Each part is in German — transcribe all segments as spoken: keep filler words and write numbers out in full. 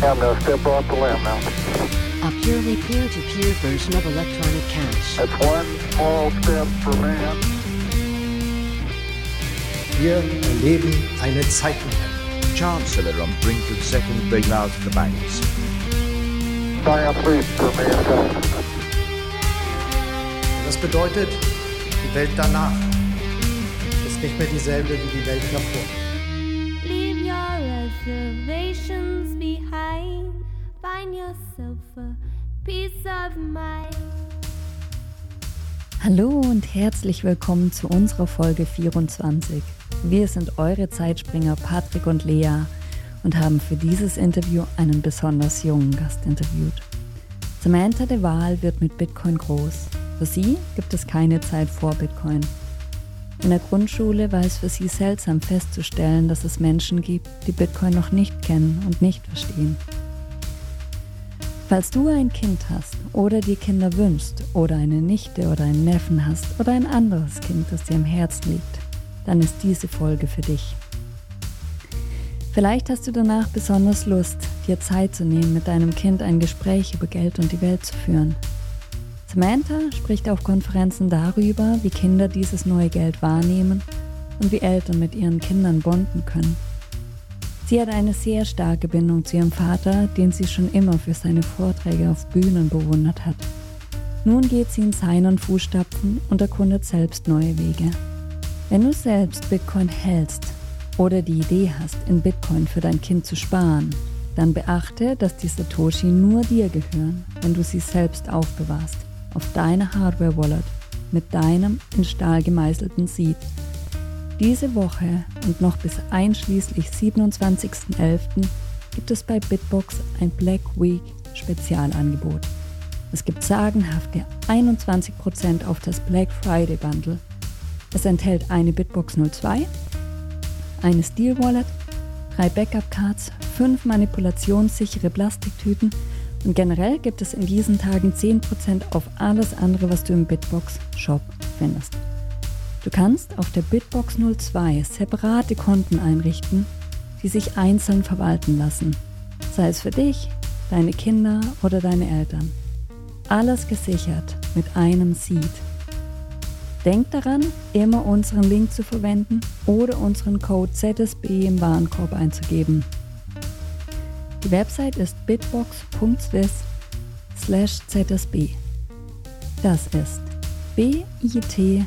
I'm going to step off the limb now. A purely peer-to-peer version of electronic cash. That's one small step for man. Wir erleben eine Zeitenwende. Chancellor on brink of second bailout of the banks. Science leap for mankind. Das bedeutet, die Welt danach ist nicht mehr dieselbe wie die Welt davor. Leave your reservations behind. Find yourself a peace of mind. Hallo und herzlich willkommen zu unserer Folge vierundzwanzig. Wir sind eure Zeitspringer Patrick und Lea und haben für dieses Interview einen besonders jungen Gast interviewt. Samantha de Waal wird mit Bitcoin groß. Für sie gibt es keine Zeit vor Bitcoin. In der Grundschule war es für sie seltsam festzustellen, dass es Menschen gibt, die Bitcoin noch nicht kennen und nicht verstehen. Falls du ein Kind hast oder dir Kinder wünschst oder eine Nichte oder einen Neffen hast oder ein anderes Kind, das dir am Herzen liegt, dann ist diese Folge für dich. Vielleicht hast du danach besonders Lust, dir Zeit zu nehmen, mit deinem Kind ein Gespräch über Geld und die Welt zu führen. Samantha spricht auf Konferenzen darüber, wie Kinder dieses neue Geld wahrnehmen und wie Eltern mit ihren Kindern bonden können. Sie hat eine sehr starke Bindung zu ihrem Vater, den sie schon immer für seine Vorträge auf Bühnen bewundert hat. Nun geht sie in seinen Fußstapfen und erkundet selbst neue Wege. Wenn du selbst Bitcoin hältst oder die Idee hast, in Bitcoin für dein Kind zu sparen, dann beachte, dass die Satoshi nur dir gehören, wenn du sie selbst aufbewahrst, auf deiner Hardware-Wallet mit deinem in Stahl gemeißelten Seed. Diese Woche und noch bis einschließlich siebenundzwanzigsten elften gibt es bei Bitbox ein Black Week Spezialangebot. Es gibt sagenhafte einundzwanzig Prozent auf das Black Friday Bundle. Es enthält eine Bitbox null zwei, eine Steel Wallet, drei Backup Cards, fünf manipulationssichere Plastiktüten und generell gibt es in diesen Tagen zehn Prozent auf alles andere, was du im Bitbox Shop findest. Du kannst auf der Bitbox null zwei separate Konten einrichten, die sich einzeln verwalten lassen, sei es für dich, deine Kinder oder deine Eltern. Alles gesichert mit einem Seed. Denk daran, immer unseren Link zu verwenden oder unseren Code Z S B im Warenkorb einzugeben. Die Website ist bitbox.swiss slash ZSB. Das ist bit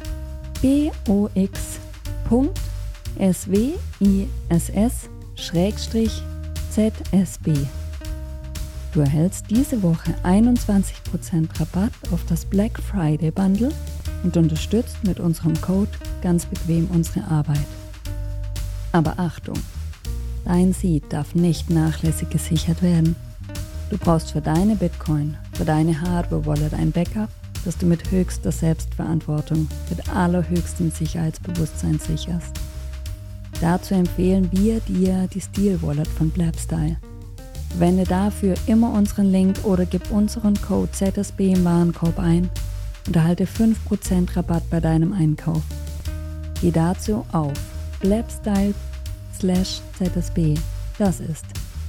box.swiss schrägstrich ZSB. Du erhältst diese Woche einundzwanzig Prozent Rabatt auf das Black Friday Bundle und unterstützt mit unserem Code ganz bequem unsere Arbeit. Aber Achtung, dein Seed darf nicht nachlässig gesichert werden. Du brauchst für deine Bitcoin, für deine Hardware-Wallet ein Backup, das du mit höchster Selbstverantwortung, mit allerhöchstem Sicherheitsbewusstsein sicherst. Dazu empfehlen wir dir die Steel Wallet von Blabstyle. Verwende dafür immer unseren Link oder gib unseren Code Z S B im Warenkorb ein und erhalte fünf Prozent Rabatt bei deinem Einkauf. Geh dazu auf blabstyle slash Z S B. Das ist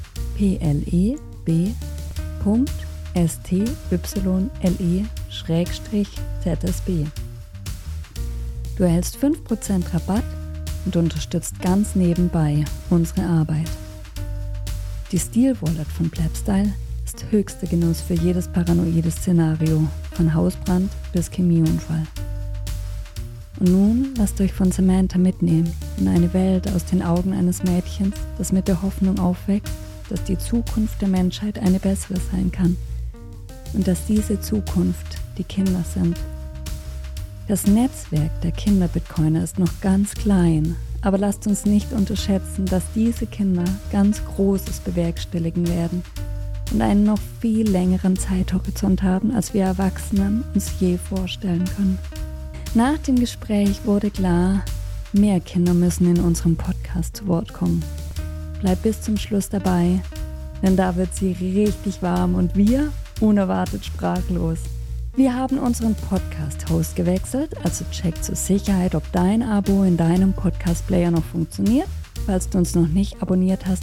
pleb.style schrägstrich Z S B. Du erhältst fünf Prozent Rabatt und unterstützt ganz nebenbei unsere Arbeit. Die Steel Wallet von Blabstyle ist höchster Genuss für jedes paranoide Szenario, von Hausbrand bis Chemieunfall. Und nun lasst euch von Samantha mitnehmen in eine Welt aus den Augen eines Mädchens, das mit der Hoffnung aufwächst, dass die Zukunft der Menschheit eine bessere sein kann und dass diese Zukunft die Kinder sind. Das Netzwerk der Kinder-Bitcoiner ist noch ganz klein, aber lasst uns nicht unterschätzen, dass diese Kinder ganz Großes bewerkstelligen werden und einen noch viel längeren Zeithorizont haben, als wir Erwachsenen uns je vorstellen können. Nach dem Gespräch wurde klar, mehr Kinder müssen in unserem Podcast zu Wort kommen. Bleib bis zum Schluss dabei, denn da wird sie richtig warm und wir unerwartet sprachlos. Wir haben unseren Podcast-Host gewechselt, also check zur Sicherheit, ob dein Abo in deinem Podcast-Player noch funktioniert. Falls du uns noch nicht abonniert hast,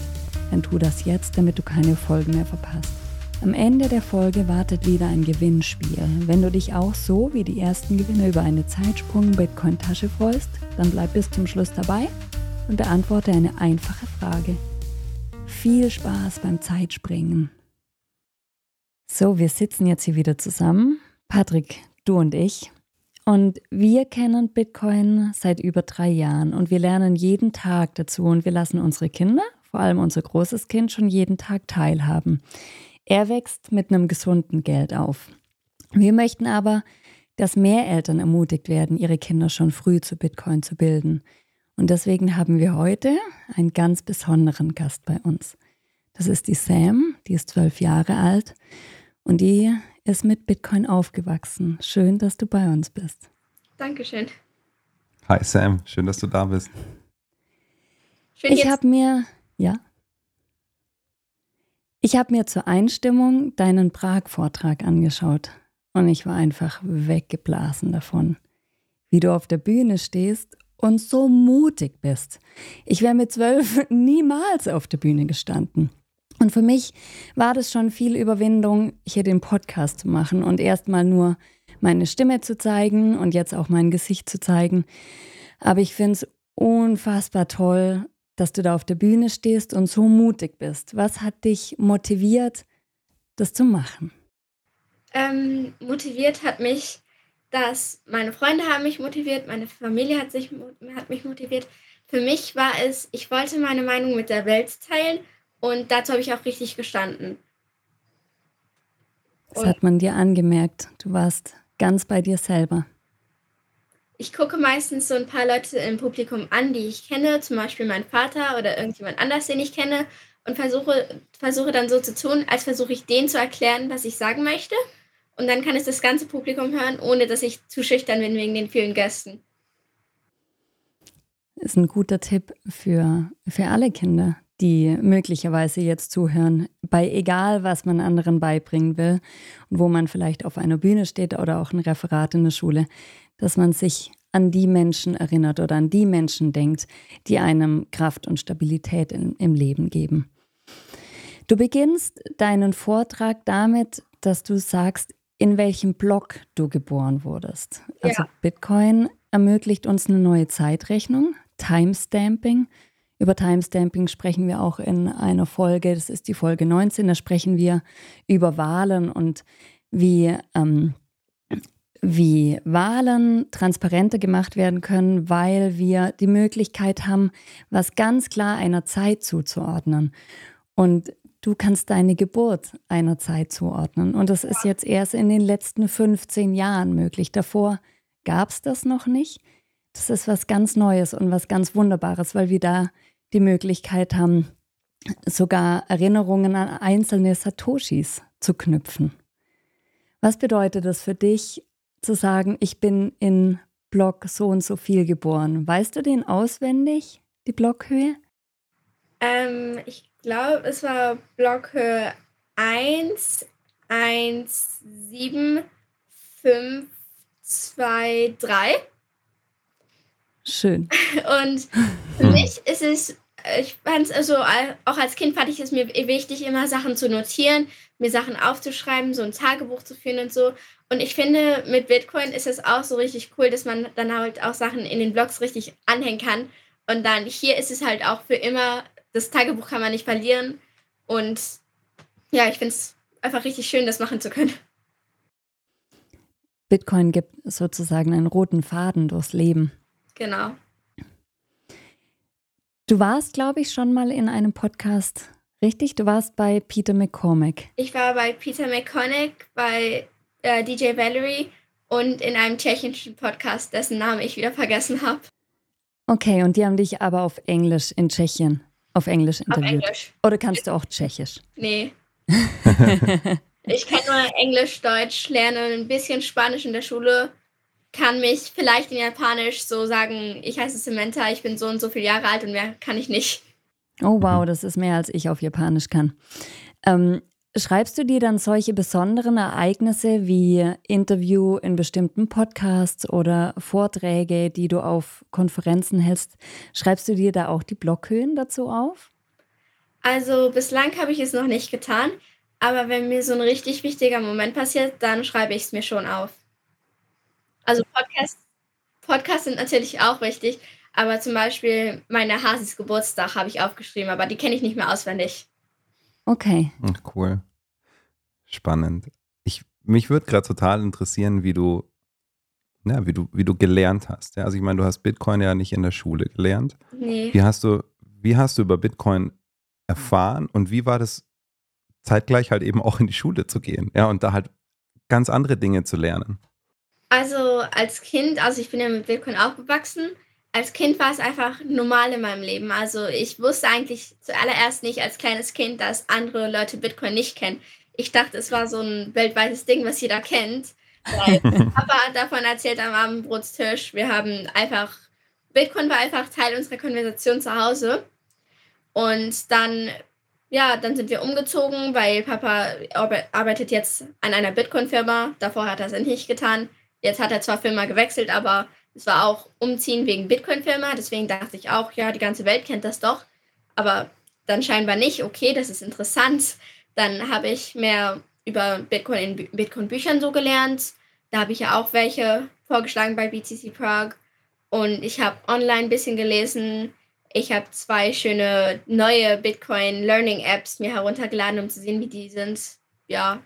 dann tu das jetzt, damit du keine Folge mehr verpasst. Am Ende der Folge wartet wieder ein Gewinnspiel. Wenn du dich auch so wie die ersten Gewinner über eine Zeitsprung-Bitcoin-Tasche freust, dann bleib bis zum Schluss dabei und beantworte eine einfache Frage. Viel Spaß beim Zeitspringen. So, wir sitzen jetzt hier wieder zusammen, Patrick, du und ich. Und wir kennen Bitcoin seit über drei Jahren und wir lernen jeden Tag dazu und wir lassen unsere Kinder, vor allem unser großes Kind, schon jeden Tag teilhaben. Er wächst mit einem gesunden Geld auf. Wir möchten aber, dass mehr Eltern ermutigt werden, ihre Kinder schon früh zu Bitcoin zu bilden. Und deswegen haben wir heute einen ganz besonderen Gast bei uns. Das ist die Sam, die ist zwölf Jahre alt und die ist mit Bitcoin aufgewachsen. Schön, dass du bei uns bist. Dankeschön. Hi Sam, schön, dass du da bist. Schön, ich habe mir, ja, ich habe mir zur Einstimmung deinen Prag-Vortrag angeschaut und ich war einfach weggeblasen davon, wie du auf der Bühne stehst und so mutig bist. Ich wäre mit zwölf niemals auf der Bühne gestanden. Und für mich war das schon viel Überwindung, hier den Podcast zu machen und erstmal nur meine Stimme zu zeigen und jetzt auch mein Gesicht zu zeigen. Aber ich finde es unfassbar toll, dass du da auf der Bühne stehst und so mutig bist. Was hat dich motiviert, das zu machen? Ähm, motiviert hat mich, dass meine Freunde haben mich motiviert, meine Familie hat, sich, hat mich motiviert. Für mich war es, ich wollte meine Meinung mit der Welt teilen und dazu habe ich auch richtig gestanden. Das und hat man dir angemerkt. Du warst ganz bei dir selber. Ich gucke meistens so ein paar Leute im Publikum an, die ich kenne, zum Beispiel meinen Vater oder irgendjemand anders, den ich kenne, und versuche, versuche dann so zu tun, als versuche ich denen zu erklären, was ich sagen möchte. Und dann kann es das ganze Publikum hören, ohne dass ich zu schüchtern bin wegen den vielen Gästen. Das ist ein guter Tipp für, für alle Kinder, die möglicherweise jetzt zuhören, bei egal, was man anderen beibringen will und wo man vielleicht auf einer Bühne steht oder auch ein Referat in der Schule, dass man sich an die Menschen erinnert oder an die Menschen denkt, die einem Kraft und Stabilität in, im Leben geben. Du beginnst deinen Vortrag damit, dass du sagst, in welchem Block du geboren wurdest. Also ja. Bitcoin ermöglicht uns eine neue Zeitrechnung, Timestamping. Über Timestamping sprechen wir auch in einer Folge, das ist die Folge neunzehn, da sprechen wir über Wahlen und wie, ähm, wie Wahlen transparenter gemacht werden können, weil wir die Möglichkeit haben, was ganz klar einer Zeit zuzuordnen. Und du kannst deine Geburt einer Zeit zuordnen. Und das ist jetzt erst in den letzten fünfzehn Jahren möglich. Davor gab es das noch nicht. Das ist was ganz Neues und was ganz Wunderbares, weil wir da die Möglichkeit haben, sogar Erinnerungen an einzelne Satoshis zu knüpfen. Was bedeutet das für dich, zu sagen, ich bin in Block so und so viel geboren? Weißt du den auswendig, die Blockhöhe? Ähm, ich glaube, es war Blockhöhe eins, eins, sieben, fünf, zwei, drei. Schön. Und für mich ist es, ich fand es also, auch als Kind fand ich es mir wichtig, immer Sachen zu notieren, mir Sachen aufzuschreiben, so ein Tagebuch zu führen und so. Und ich finde, mit Bitcoin ist es auch so richtig cool, dass man dann halt auch Sachen in den Blogs richtig anhängen kann. Und dann hier ist es halt auch für immer, das Tagebuch kann man nicht verlieren. Und ja, ich finde es einfach richtig schön, das machen zu können. Bitcoin gibt sozusagen einen roten Faden durchs Leben. Genau. Du warst, glaube ich, schon mal in einem Podcast, richtig? Du warst bei Peter McCormack. Ich war bei Peter McCormack, bei äh, D J Valerie und in einem tschechischen Podcast, dessen Namen ich wieder vergessen habe. Okay, und die haben dich aber auf Englisch in Tschechien, auf Englisch interviewt. Auf Englisch. Oder kannst du auch Tschechisch? Nee. Ich kann nur Englisch, Deutsch lernen, ein bisschen Spanisch in der Schule. Kann mich vielleicht in Japanisch so sagen, ich heiße Samantha, ich bin so und so viele Jahre alt und mehr kann ich nicht. Oh wow, das ist mehr als ich auf Japanisch kann. Ähm, schreibst du dir dann solche besonderen Ereignisse wie Interview in bestimmten Podcasts oder Vorträge, die du auf Konferenzen hältst, schreibst du dir da auch die Blockhöhen dazu auf? Also bislang habe ich es noch nicht getan, aber wenn mir so ein richtig wichtiger Moment passiert, dann schreibe ich es mir schon auf. Also Podcasts, Podcasts sind natürlich auch wichtig, aber zum Beispiel meine Hasis Geburtstag habe ich aufgeschrieben, aber die kenne ich nicht mehr auswendig. Okay. Ach, cool. Spannend. Ich, mich würde gerade total interessieren, wie du, ja, wie du, wie du gelernt hast. Ja, also ich meine, du hast Bitcoin ja nicht in der Schule gelernt. Nee. Wie hast du, wie hast du über Bitcoin erfahren und wie war das zeitgleich halt eben auch in die Schule zu gehen, ja, und da halt ganz andere Dinge zu lernen? Also als Kind, also ich bin ja mit Bitcoin aufgewachsen. Als Kind war es einfach normal in meinem Leben. Also ich wusste eigentlich zuallererst nicht als kleines Kind, dass andere Leute Bitcoin nicht kennen. Ich dachte, es war so ein weltweites Ding, was jeder kennt. Weil Papa hat davon erzählt am Abendbrotstisch. Wir haben einfach, Bitcoin war einfach Teil unserer Konversation zu Hause. Und dann, ja, dann sind wir umgezogen, weil Papa arbe- arbeitet jetzt an einer Bitcoin-Firma. Davor hat er es nicht getan. Jetzt hat er zwar Firma gewechselt, aber es war auch Umziehen wegen Bitcoin-Firma. Deswegen dachte ich auch, ja, die ganze Welt kennt das doch. Aber dann scheinbar nicht. Okay, das ist interessant. Dann habe ich mehr über Bitcoin in Bü- Bitcoin-Büchern so gelernt. Da habe ich ja auch welche vorgeschlagen bei B T C Prague. Und ich habe online ein bisschen gelesen. Ich habe zwei schöne neue Bitcoin-Learning-Apps mir heruntergeladen, um zu sehen, wie die sind. Ja,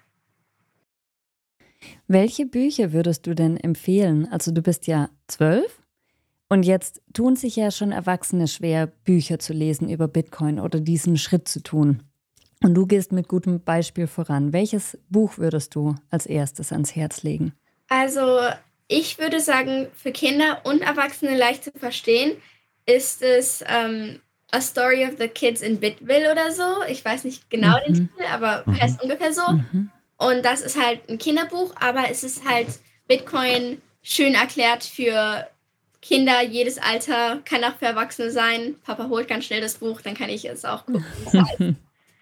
Welche Bücher würdest du denn empfehlen? Also du bist ja zwölf und jetzt tun sich ja schon Erwachsene schwer, Bücher zu lesen über Bitcoin oder diesen Schritt zu tun. Und du gehst mit gutem Beispiel voran. Welches Buch würdest du als erstes ans Herz legen? also ich würde sagen, für Kinder und Erwachsene leicht zu verstehen, ist es ähm, A Story of the Kids in Bitville oder so. Ich weiß nicht genau den Mhm. Titel, aber Mhm. heißt ungefähr so. Mhm. Und das ist halt ein Kinderbuch, aber es ist halt Bitcoin schön erklärt für Kinder, jedes Alter, kann auch für Erwachsene sein. Papa holt ganz schnell das Buch, dann kann ich es auch gucken. wie es heißt.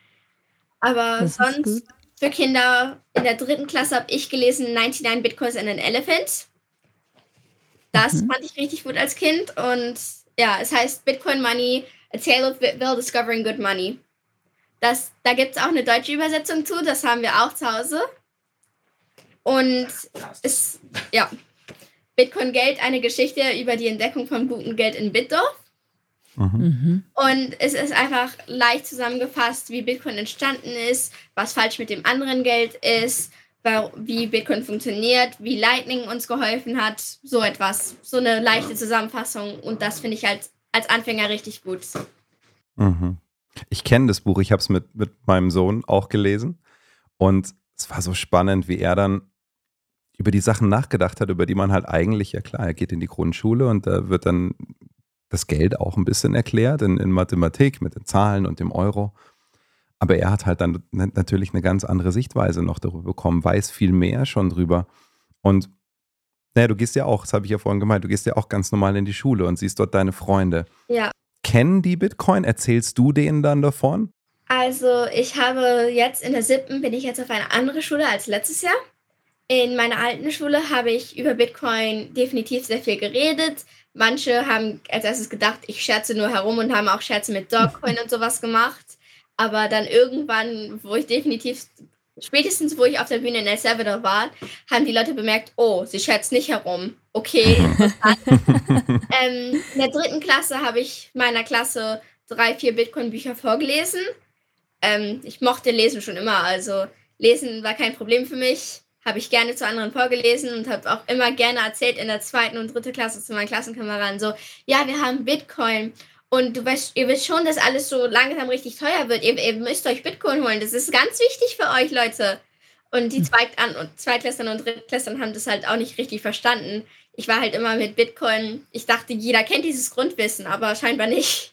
Aber Das ist sonst gut. für Kinder in der dritten Klasse habe ich gelesen neunundneunzig Bitcoins and an Elephant. Das Mhm. fand ich richtig gut als Kind. Und ja, es heißt Bitcoin Money, A Tale of Bitville Discovering Good Money. Das, da gibt es auch eine deutsche Übersetzung zu, das haben wir auch zu Hause. Und es, ja, Bitcoin Geld, eine Geschichte über die Entdeckung von gutem Geld in Bitdorf. Mhm. Mhm. Und es ist einfach leicht zusammengefasst, wie Bitcoin entstanden ist, was falsch mit dem anderen Geld ist, wa- wie Bitcoin funktioniert, wie Lightning uns geholfen hat, so etwas. So eine leichte Zusammenfassung und das finde ich halt als Anfänger richtig gut. Mhm. Ich kenne das Buch, ich habe es mit, mit meinem Sohn auch gelesen und es war so spannend, wie er dann über die Sachen nachgedacht hat, über die man halt eigentlich, ja klar, er geht in die Grundschule und da wird dann das Geld auch ein bisschen erklärt in, in Mathematik mit den Zahlen und dem Euro. Aber er hat halt dann n- natürlich eine ganz andere Sichtweise noch darüber bekommen, weiß viel mehr schon drüber. Und naja, du gehst ja auch, das habe ich ja vorhin gemeint, du gehst ja auch ganz normal in die Schule und siehst dort deine Freunde. Ja. Kennen die Bitcoin? Erzählst du denen dann davon? Also ich habe jetzt in der siebten bin ich jetzt auf eine andere Schule als letztes Jahr. In meiner alten Schule habe ich über Bitcoin definitiv sehr viel geredet. Manche haben als erstes gedacht, ich scherze nur herum und haben auch Scherze mit Dogecoin und sowas gemacht. Aber dann irgendwann, wo ich definitiv, spätestens wo ich auf der Bühne in El Salvador war, haben die Leute bemerkt, oh, sie scherzt nicht herum. Okay, interessant. ähm, in der dritten Klasse habe ich meiner Klasse drei, vier Bitcoin-Bücher vorgelesen. Ähm, ich mochte Lesen schon immer, also Lesen war kein Problem für mich. Habe ich gerne zu anderen vorgelesen und habe auch immer gerne erzählt in der zweiten und dritten Klasse zu meinen Klassenkameraden so, ja, wir haben Bitcoin und du weißt, ihr wisst schon, dass alles so langsam richtig teuer wird. Ihr, ihr müsst euch Bitcoin holen, das ist ganz wichtig für euch, Leute. Und die Zweit an und Zweitklässler und Drittklässler haben das halt auch nicht richtig verstanden. Ich war halt immer mit Bitcoin, ich dachte, jeder kennt dieses Grundwissen, aber scheinbar nicht.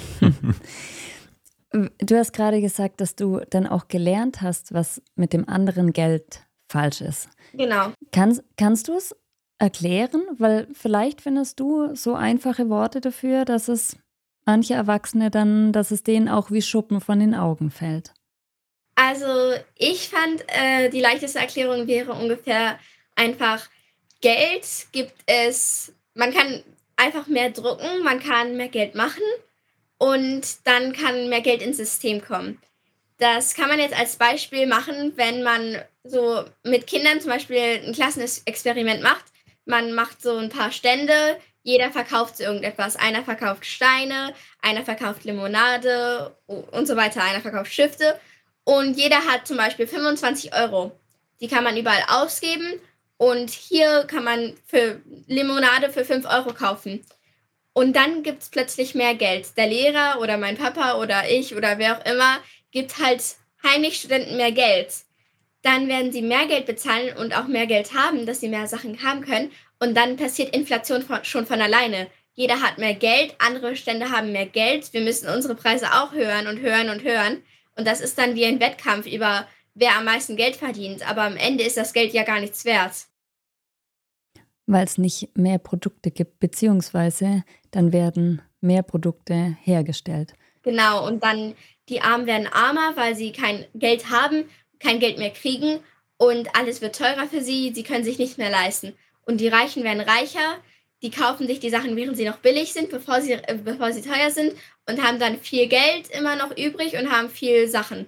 Du hast gerade gesagt, dass du dann auch gelernt hast, was mit dem anderen Geld falsch ist. Genau. Kannst, kannst du es erklären? Weil vielleicht findest du so einfache Worte dafür, dass es manche Erwachsene dann, dass es denen auch wie Schuppen von den Augen fällt. Also ich fand, äh, die leichteste Erklärung wäre ungefähr einfach, Geld gibt es, man kann einfach mehr drucken, man kann mehr Geld machen und dann kann mehr Geld ins System kommen. Das kann man jetzt als Beispiel machen, wenn man so mit Kindern zum Beispiel ein Klassenexperiment macht. Man macht so ein paar Stände, jeder verkauft so irgendetwas. Einer verkauft Steine, einer verkauft Limonade und so weiter, einer verkauft Stifte. Und jeder hat zum Beispiel fünfundzwanzig Euro. Die kann man überall ausgeben und hier kann man für Limonade für fünf Euro kaufen. Und dann gibt es plötzlich mehr Geld. Der Lehrer oder mein Papa oder ich oder wer auch immer gibt halt heimlich Studenten mehr Geld. Dann werden sie mehr Geld bezahlen und auch mehr Geld haben, dass sie mehr Sachen haben können. Und dann passiert Inflation von, schon von alleine. Jeder hat mehr Geld, andere Stände haben mehr Geld. Wir müssen unsere Preise auch hören und hören und hören. Und das ist dann wie ein Wettkampf über, wer am meisten Geld verdient. Aber am Ende ist das Geld ja gar nichts wert. Weil es nicht mehr Produkte gibt, beziehungsweise dann werden mehr Produkte hergestellt. Genau, und dann die Armen werden armer, weil sie kein Geld haben, kein Geld mehr kriegen und alles wird teurer für sie, sie können sich nicht mehr leisten. Und die Reichen werden reicher, die kaufen sich die Sachen, während sie noch billig sind, bevor sie, äh, bevor sie teuer sind und haben dann viel Geld immer noch übrig und haben viel Sachen.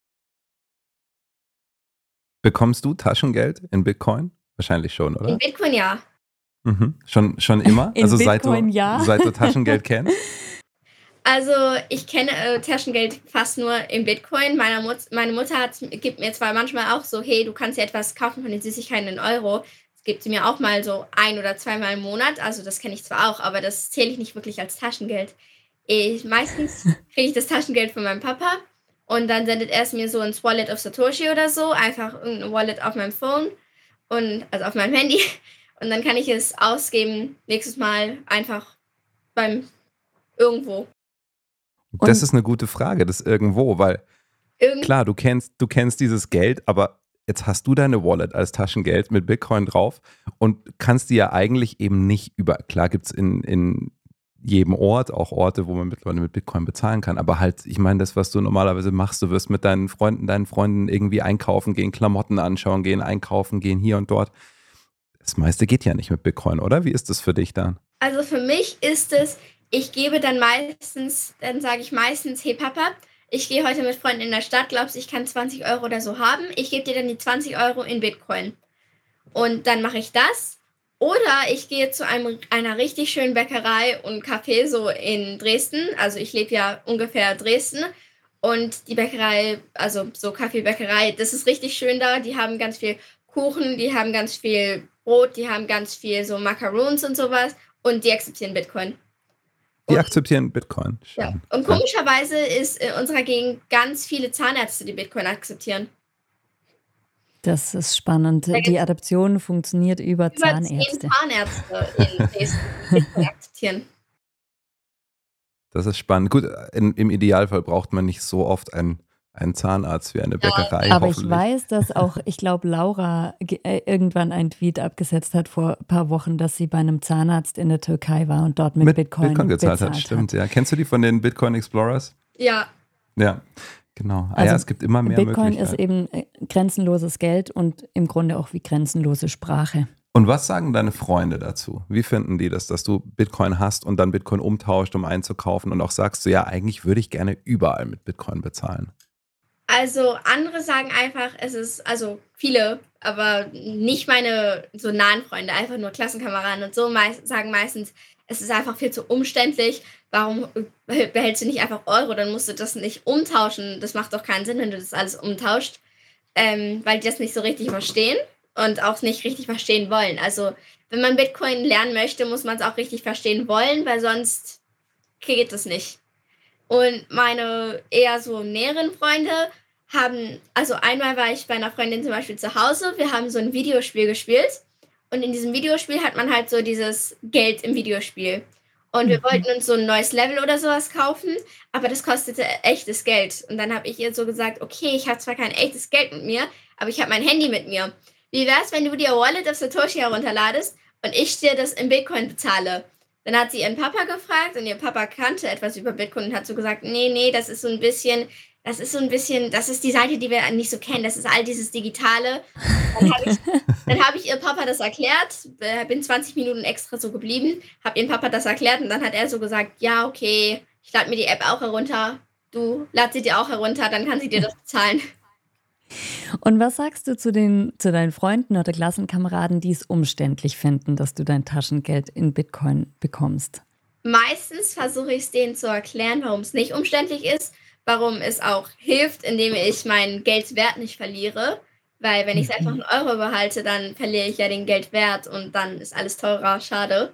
Bekommst du Taschengeld in Bitcoin? Wahrscheinlich schon, oder? In Bitcoin ja. Mhm. Schon, schon immer? In also Bitcoin, seit du, ja. seit du Taschengeld kennst? Also ich kenne äh, Taschengeld fast nur in Bitcoin. Meine, Mut meine Mutter hat, gibt mir zwar manchmal auch so, hey, du kannst dir etwas kaufen von den Süßigkeiten in Euro. Das gibt sie mir auch mal so ein- oder zweimal im Monat. Also das kenne ich zwar auch, aber das zähle ich nicht wirklich als Taschengeld. Ich, meistens kriege ich das Taschengeld von meinem Papa und dann sendet er es mir so ins Wallet of Satoshi oder so. Einfach irgendein Wallet auf meinem Phone, und also auf meinem Handy. Und dann kann ich es ausgeben, nächstes Mal einfach beim irgendwo. Das ist eine gute Frage, das irgendwo, weil Irgend klar, du kennst, du kennst dieses Geld, aber jetzt hast du deine Wallet als Taschengeld mit Bitcoin drauf und kannst die ja eigentlich eben nicht über, klar gibt es in, in jedem Ort auch Orte, wo man mittlerweile mit Bitcoin bezahlen kann, aber halt, ich meine, das, was du normalerweise machst, du wirst mit deinen Freunden, deinen Freunden irgendwie einkaufen gehen, Klamotten anschauen gehen, einkaufen gehen, hier und dort. Das meiste geht ja nicht mit Bitcoin, oder? Wie ist das für dich dann? Also für mich ist es, ich gebe dann meistens, dann sage ich meistens, hey Papa, ich gehe heute mit Freunden in der Stadt, glaubst du, ich kann zwanzig Euro oder so haben? Ich gebe dir dann die zwanzig Euro in Bitcoin. Und dann mache ich das. Oder ich gehe zu einem, einer richtig schönen Bäckerei und Café so in Dresden. Also ich lebe ja ungefähr Dresden. Und die Bäckerei, also so Kaffeebäckerei, das ist richtig schön da. Die haben ganz viel Kuchen, die haben ganz viel Brot, die haben ganz viel so Macarons und sowas. Und die akzeptieren Bitcoin. Die Und, akzeptieren Bitcoin. ja. Und komischerweise ist in unserer Gegend ganz viele Zahnärzte, die Bitcoin akzeptieren. Das ist spannend. Die Adoption funktioniert über, Über Zahnärzte. zehn Zahnärzte in Dresden, die Bitcoin akzeptieren. Das ist spannend. Gut, in, im Idealfall braucht man nicht so oft einen, einen Zahnarzt wie eine Bäckerei. Aber ich weiß, dass auch, ich glaube, Laura ge- äh, irgendwann einen Tweet abgesetzt hat vor ein paar Wochen, dass sie bei einem Zahnarzt in der Türkei war und dort mit, mit Bitcoin, Bitcoin gezahlt, bezahlt hat. Stimmt, ja. Kennst du die von den Bitcoin Explorers? Ja, Ja, genau. Ah, Also ja, es gibt immer mehr Bitcoin Möglichkeiten. ist eben äh, grenzenloses Geld und im Grunde auch wie grenzenlose Sprache. Und was sagen deine Freunde dazu? Wie finden die das, dass du Bitcoin hast und dann Bitcoin umtauscht, um einzukaufen und auch sagst du, ja, eigentlich würde ich gerne überall mit Bitcoin bezahlen? also andere sagen einfach, es ist, also viele, aber nicht meine so nahen Freunde, einfach nur Klassenkameraden und so, meist, sagen meistens, es ist einfach viel zu umständlich. Warum behältst du nicht einfach Euro? Dann musst du das nicht umtauschen. Das macht doch keinen Sinn, wenn du das alles umtauscht, ähm, weil die das nicht so richtig verstehen und auch nicht richtig verstehen wollen. Also wenn man Bitcoin lernen möchte, muss man es auch richtig verstehen wollen, weil sonst geht es nicht. Und meine eher so näheren Freunde haben, also einmal war ich bei einer Freundin zum Beispiel zu Hause, wir haben so ein Videospiel gespielt und in diesem Videospiel hat man halt so dieses Geld im Videospiel. Und wir wollten uns so ein neues Level oder sowas kaufen, aber das kostete echtes Geld. Und dann habe ich ihr so gesagt, okay, ich habe zwar kein echtes Geld mit mir, aber ich habe mein Handy mit mir. Wie wär's, wenn du dir Wallet of Satoshi herunterladest und ich dir das in Bitcoin bezahle? Dann hat sie ihren Papa gefragt und ihr Papa kannte etwas über Bitcoin und hat so gesagt, nee, nee, das ist so ein bisschen, das ist so ein bisschen, das ist die Seite, die wir nicht so kennen, das ist all dieses Digitale. Dann habe ich, dann hab ich ihr Papa das erklärt, bin zwanzig Minuten extra so geblieben, habe ihrem Papa das erklärt und dann hat er so gesagt, ja, okay, ich lade mir die App auch herunter. Du lad sie dir auch herunter, dann kann sie dir das bezahlen. Und was sagst du zu, den, zu deinen Freunden oder Klassenkameraden, die es umständlich finden, dass du dein Taschengeld in Bitcoin bekommst? Meistens versuche ich es denen zu erklären, warum es nicht umständlich ist, warum es auch hilft, indem ich meinen Geldwert nicht verliere. Weil wenn ich es einfach einen Euro behalte, dann verliere ich ja den Geldwert und dann ist alles teurer. Schade.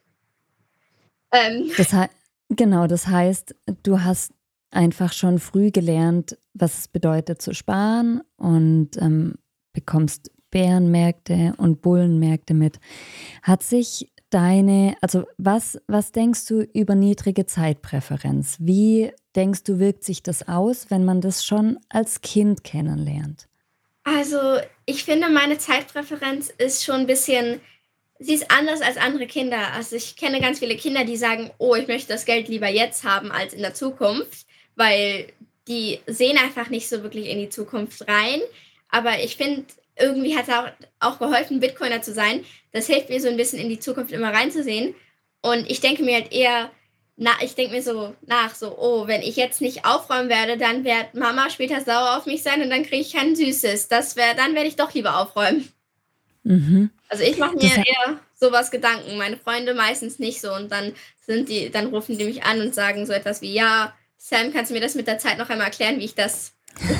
Ähm, Das hei- genau, das heißt, du hast einfach schon früh gelernt, was es bedeutet zu sparen und ähm, bekommst Bärenmärkte und Bullenmärkte mit. Hat sich deine, also was, was denkst du über niedrige Zeitpräferenz? Wie denkst du, wirkt sich das aus, wenn man das schon als Kind kennenlernt? Also, ich finde, meine Zeitpräferenz ist schon ein bisschen, sie ist anders als andere Kinder. Also, ich kenne ganz viele Kinder, die sagen, oh, ich möchte das Geld lieber jetzt haben als in der Zukunft, weil die sehen einfach nicht so wirklich in die Zukunft rein. Aber ich finde, irgendwie hat es auch, auch geholfen, Bitcoiner zu sein. Das hilft mir so ein bisschen in die Zukunft immer reinzusehen. Und ich denke mir halt eher, na, ich denke mir so nach, so, oh, wenn ich jetzt nicht aufräumen werde, dann wird Mama später sauer auf mich sein und dann kriege ich kein Süßes. Das wär, dann werde ich doch lieber aufräumen. Mhm. Also ich mache mir Das he- eher sowas Gedanken. Meine Freunde meistens nicht so. Und dann sind die, dann rufen die mich an und sagen so etwas wie, ja, Sam, kannst du mir das mit der Zeit noch einmal erklären, wie ich das.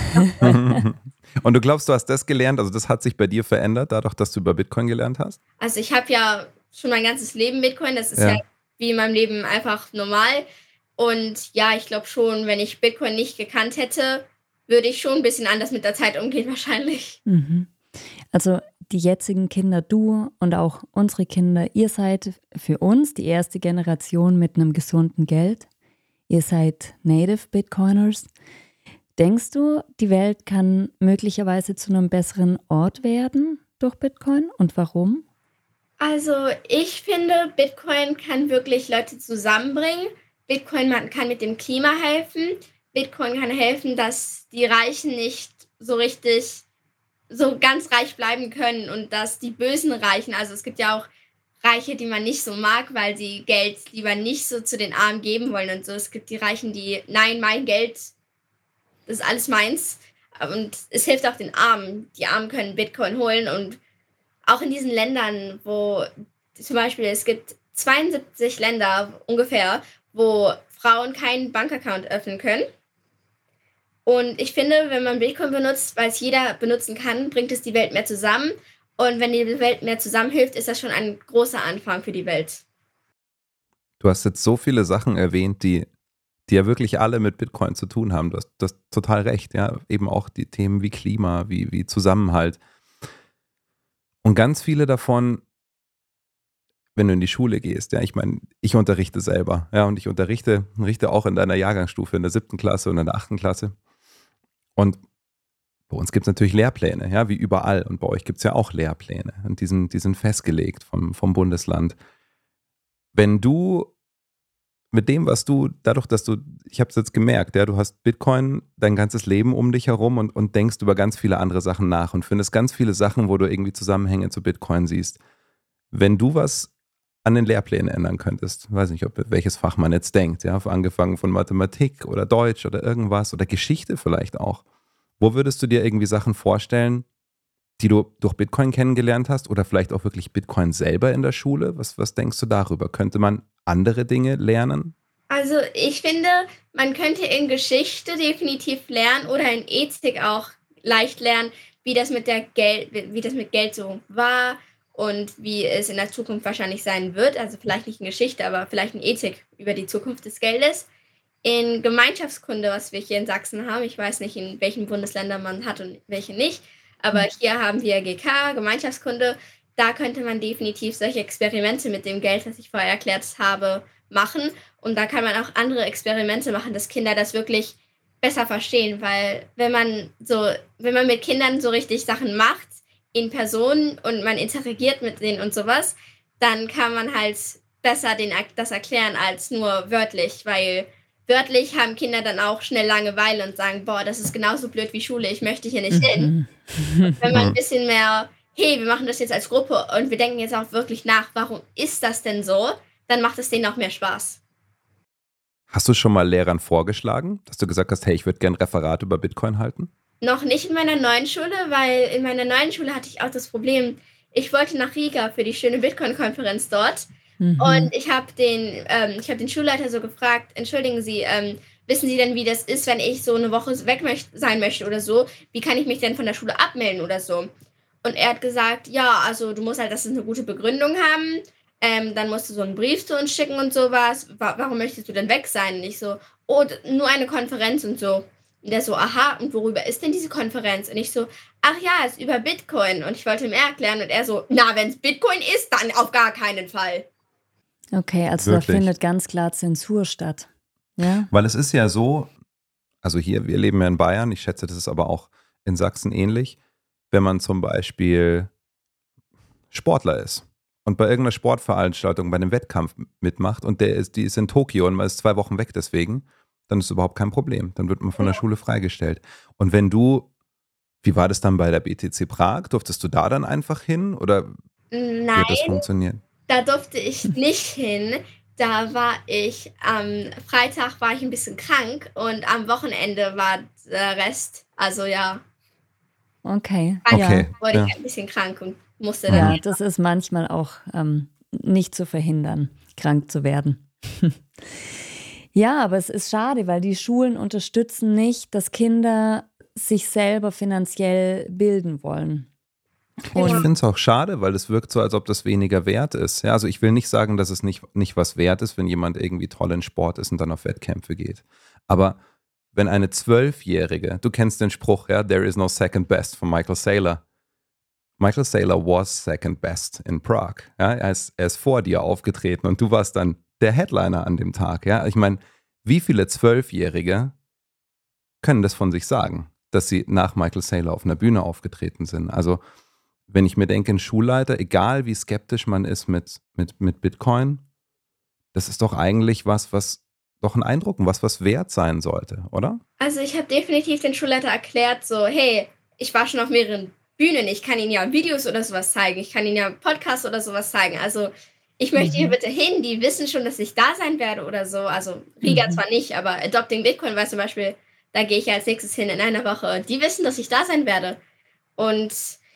Und du glaubst, du hast das gelernt, also das hat sich bei dir verändert, dadurch, dass du über Bitcoin gelernt hast? Also ich habe ja schon mein ganzes Leben Bitcoin. Das ist Ja. ja wie in meinem Leben einfach normal. Und ja, ich glaube schon, wenn ich Bitcoin nicht gekannt hätte, würde ich schon ein bisschen anders mit der Zeit umgehen wahrscheinlich. Mhm. Also die jetzigen Kinder, du und auch unsere Kinder, ihr seid für uns die erste Generation mit einem gesunden Geld. Ihr seid Native Bitcoiners. Denkst du, die Welt kann möglicherweise zu einem besseren Ort werden durch Bitcoin und warum? Also ich finde, Bitcoin kann wirklich Leute zusammenbringen. Bitcoin man kann mit dem Klima helfen. Bitcoin kann helfen, dass die Reichen nicht so richtig, so ganz reich bleiben können und dass die bösen Reichen, also es gibt ja auch Reiche, die man nicht so mag, weil sie Geld lieber nicht so zu den Armen geben wollen und so. Es gibt die Reichen, die, nein, mein Geld, das ist alles meins. Und es hilft auch den Armen. Die Armen können Bitcoin holen und auch in diesen Ländern, wo zum Beispiel es gibt zweiundsiebzig Länder ungefähr, wo Frauen keinen Bankaccount öffnen können. Und ich finde, wenn man Bitcoin benutzt, weil es jeder benutzen kann, bringt es die Welt mehr zusammen. Und wenn die Welt mehr zusammenhilft, ist das schon ein großer Anfang für die Welt. Du hast jetzt so viele Sachen erwähnt, die, die ja wirklich alle mit Bitcoin zu tun haben. Du hast, du hast total recht, ja. Eben auch die Themen wie Klima, wie, wie Zusammenhalt. Und ganz viele davon, wenn du in die Schule gehst, ja, ich meine, ich unterrichte selber, ja, und ich unterrichte, unterrichte auch in deiner Jahrgangsstufe, in der siebten Klasse und in der achten Klasse. Und bei uns gibt es natürlich Lehrpläne, ja, wie überall. Und bei euch gibt es ja auch Lehrpläne. Und die sind, die sind festgelegt vom, vom Bundesland. Wenn du mit dem, was du, dadurch, dass du, ich habe es jetzt gemerkt, ja, du hast Bitcoin dein ganzes Leben um dich herum und, und denkst über ganz viele andere Sachen nach und findest ganz viele Sachen, wo du irgendwie Zusammenhänge zu Bitcoin siehst. Wenn du was an den Lehrplänen ändern könntest, weiß nicht, ob welches Fach man jetzt denkt, ja, angefangen von Mathematik oder Deutsch oder irgendwas oder Geschichte vielleicht auch. Wo würdest du dir irgendwie Sachen vorstellen, die du durch Bitcoin kennengelernt hast oder vielleicht auch wirklich Bitcoin selber in der Schule? Was, was denkst du darüber? Könnte man andere Dinge lernen? Also ich finde, man könnte in Geschichte definitiv lernen oder in Ethik auch leicht lernen, wie das mit der Geld, wie das mit Geld so war und wie es in der Zukunft wahrscheinlich sein wird. Also vielleicht nicht in Geschichte, aber vielleicht in Ethik über die Zukunft des Geldes. In Gemeinschaftskunde, was wir hier in Sachsen haben, ich weiß nicht, in welchen Bundesländern man hat und welche nicht, aber hier haben wir G K, Gemeinschaftskunde, da könnte man definitiv solche Experimente mit dem Geld, was ich vorher erklärt habe, machen. Und da kann man auch andere Experimente machen, dass Kinder das wirklich besser verstehen, weil wenn man so, wenn man mit Kindern so richtig Sachen macht, in Person und man interagiert mit denen und sowas, dann kann man halt besser den, das erklären als nur wörtlich, weil wörtlich haben Kinder dann auch schnell Langeweile und sagen, boah, das ist genauso blöd wie Schule, ich möchte hier nicht hin. Und wenn man ein bisschen mehr, hey, wir machen das jetzt als Gruppe und wir denken jetzt auch wirklich nach, warum ist das denn so, dann macht es denen auch mehr Spaß. Hast du schon mal Lehrern vorgeschlagen, dass du gesagt hast, hey, ich würde gerne ein Referat über Bitcoin halten? Noch nicht in meiner neuen Schule, weil in meiner neuen Schule hatte ich auch das Problem, ich wollte nach Riga für die schöne Bitcoin-Konferenz dort. Mhm. Und ich habe den, ähm, ich hab den Schulleiter so gefragt, entschuldigen Sie, ähm, wissen Sie denn, wie das ist, wenn ich so eine Woche weg möcht- sein möchte oder so? Wie kann ich mich denn von der Schule abmelden oder so? Und er hat gesagt, ja, also du musst halt, dass es eine gute Begründung haben. Ähm, dann musst du so einen Brief zu uns schicken und sowas. Wa- warum möchtest du denn weg sein? Und ich so, oh, d- nur eine Konferenz und so. Und der so, aha, und worüber ist denn diese Konferenz? Und ich so, ach ja, es ist über Bitcoin. Und ich wollte ihm erklären und er so, na, wenn es Bitcoin ist, dann auf gar keinen Fall. Okay, also Wirklich? da findet ganz klar Zensur statt. Ja? Weil es ist ja so, also hier, wir leben ja in Bayern, ich schätze, das ist aber auch in Sachsen ähnlich, wenn man zum Beispiel Sportler ist und bei irgendeiner Sportveranstaltung, bei einem Wettkampf mitmacht und der ist, die ist in Tokio und man ist zwei Wochen weg deswegen, dann ist es überhaupt kein Problem. Dann wird man von der Schule freigestellt. Und wenn du, wie war das dann bei der B T C Prag? Durftest du da dann einfach hin oder wie Nein, hat das funktioniert? da durfte ich nicht hin. Da war ich, am Freitag war ich ein bisschen krank und am Wochenende war der Rest. Also ja, Okay. Okay. Ja. wurde Ja. ich ein bisschen krank und musste Ja, dann. das ist manchmal auch ähm, nicht zu verhindern, krank zu werden. Ja, aber es ist schade, weil die Schulen unterstützen nicht, dass Kinder sich selber finanziell bilden wollen. Ich Und finde es auch schade, weil es wirkt so, als ob das weniger wert ist. Ja, also ich will nicht sagen, dass es nicht, nicht was wert ist, wenn jemand irgendwie toll in Sport ist und dann auf Wettkämpfe geht. Aber wenn eine Zwölfjährige, du kennst den Spruch, ja, there is no second best von Michael Saylor. Michael Saylor was second best in Prague. Ja, er, ist, er ist vor dir aufgetreten und du warst dann der Headliner an dem Tag. Ja, ich meine, wie viele Zwölfjährige können das von sich sagen, dass sie nach Michael Saylor auf einer Bühne aufgetreten sind? Also wenn ich mir denke, ein Schulleiter, egal wie skeptisch man ist mit, mit, mit Bitcoin, das ist doch eigentlich was, was doch ein Eindruck, was was wert sein sollte, oder? Also ich habe definitiv den Schulleiter erklärt, so, hey, ich war schon auf mehreren Bühnen, ich kann Ihnen ja Videos oder sowas zeigen, ich kann Ihnen ja Podcasts oder sowas zeigen. Also ich möchte hier bitte hin, die wissen schon, dass ich da sein werde oder so. Also Riga Mhm. zwar nicht, aber Adopting Bitcoin war zum Beispiel, da gehe ich als nächstes hin in einer Woche. Die wissen, dass ich da sein werde. Und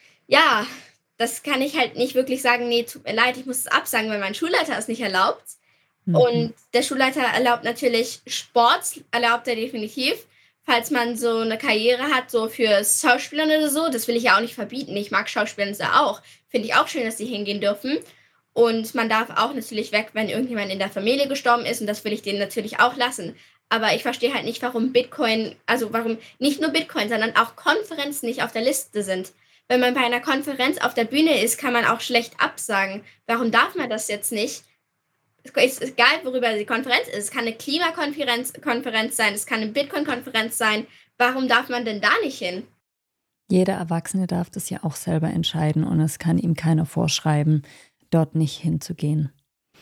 ja, das kann ich halt nicht wirklich sagen, nee, tut mir leid, ich muss es absagen, weil mein Schulleiter es nicht erlaubt. Mhm. Und der Schulleiter erlaubt natürlich Sport, erlaubt er definitiv. Falls man so eine Karriere hat, so für Schauspielern oder so, das will ich ja auch nicht verbieten. Ich mag Schauspieler auch. Finde ich auch schön, dass sie hingehen dürfen. Und man darf auch natürlich weg, wenn irgendjemand in der Familie gestorben ist. Und das will ich denen natürlich auch lassen. Aber ich verstehe halt nicht, warum Bitcoin, also warum nicht nur Bitcoin, sondern auch Konferenzen nicht auf der Liste sind. Wenn man bei einer Konferenz auf der Bühne ist, kann man auch schlecht absagen. Warum darf man das jetzt nicht? Es ist egal, worüber die Konferenz ist. Es kann eine Klimakonferenz Konferenz sein, es kann eine Bitcoin-Konferenz sein. Warum darf man denn da nicht hin? Jeder Erwachsene darf das ja auch selber entscheiden und es kann ihm keiner vorschreiben, dort nicht hinzugehen.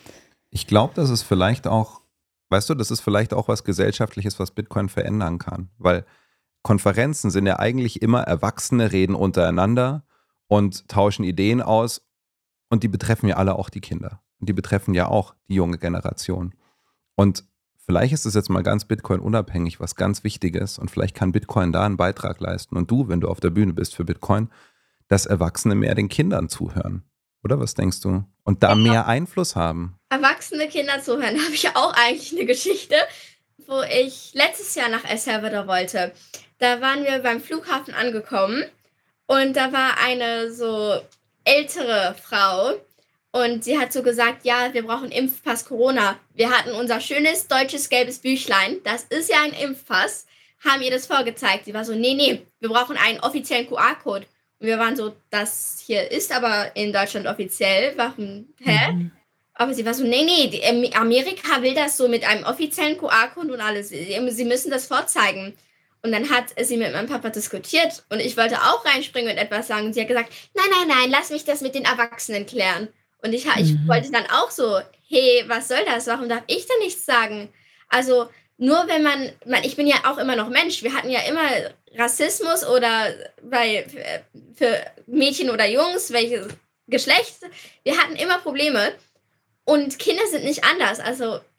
Ich glaube, dass es vielleicht auch, weißt du, das ist vielleicht auch was Gesellschaftliches, was Bitcoin verändern kann. Weil Konferenzen sind ja eigentlich immer Erwachsene, reden untereinander und tauschen Ideen aus und die betreffen ja alle auch die Kinder. Und die betreffen ja auch die junge Generation. Und vielleicht ist es jetzt mal ganz Bitcoin-unabhängig, was ganz Wichtiges. Und vielleicht kann Bitcoin da einen Beitrag leisten. Und du, wenn du auf der Bühne bist für Bitcoin, dass Erwachsene mehr den Kindern zuhören. Oder was denkst du? Und da Ja. mehr Einfluss haben. Erwachsene Kinder zuhören, habe ich auch eigentlich eine Geschichte, wo ich letztes Jahr nach El Salvador wollte. Da waren wir beim Flughafen angekommen und da war eine so ältere Frau und sie hat so gesagt, ja, wir brauchen Impfpass Corona. Wir hatten unser schönes deutsches gelbes Büchlein, das ist ja ein Impfpass, haben ihr das vorgezeigt. Sie war so, nee, nee, wir brauchen einen offiziellen Q R-Code. Und wir waren so, das hier ist aber in Deutschland offiziell, warum, hä? Mhm. Aber sie war so, nee, nee, die, ähm, Amerika will das so mit einem offiziellen Q R-Code und alles. Sie, sie müssen das vorzeigen. Und dann hat sie mit meinem Papa diskutiert und ich wollte auch reinspringen und etwas sagen. Und sie hat gesagt, nein, nein, nein, lass mich das mit den Erwachsenen klären. Und ich, ich Mhm. wollte dann auch so, hey, was soll das? Warum darf ich denn nichts sagen? Also nur wenn man, man, ich bin ja auch immer noch Mensch. Wir hatten ja immer Rassismus oder bei, für Mädchen oder Jungs, welches Geschlecht. Wir hatten immer Probleme. Und Kinder sind nicht anders. Also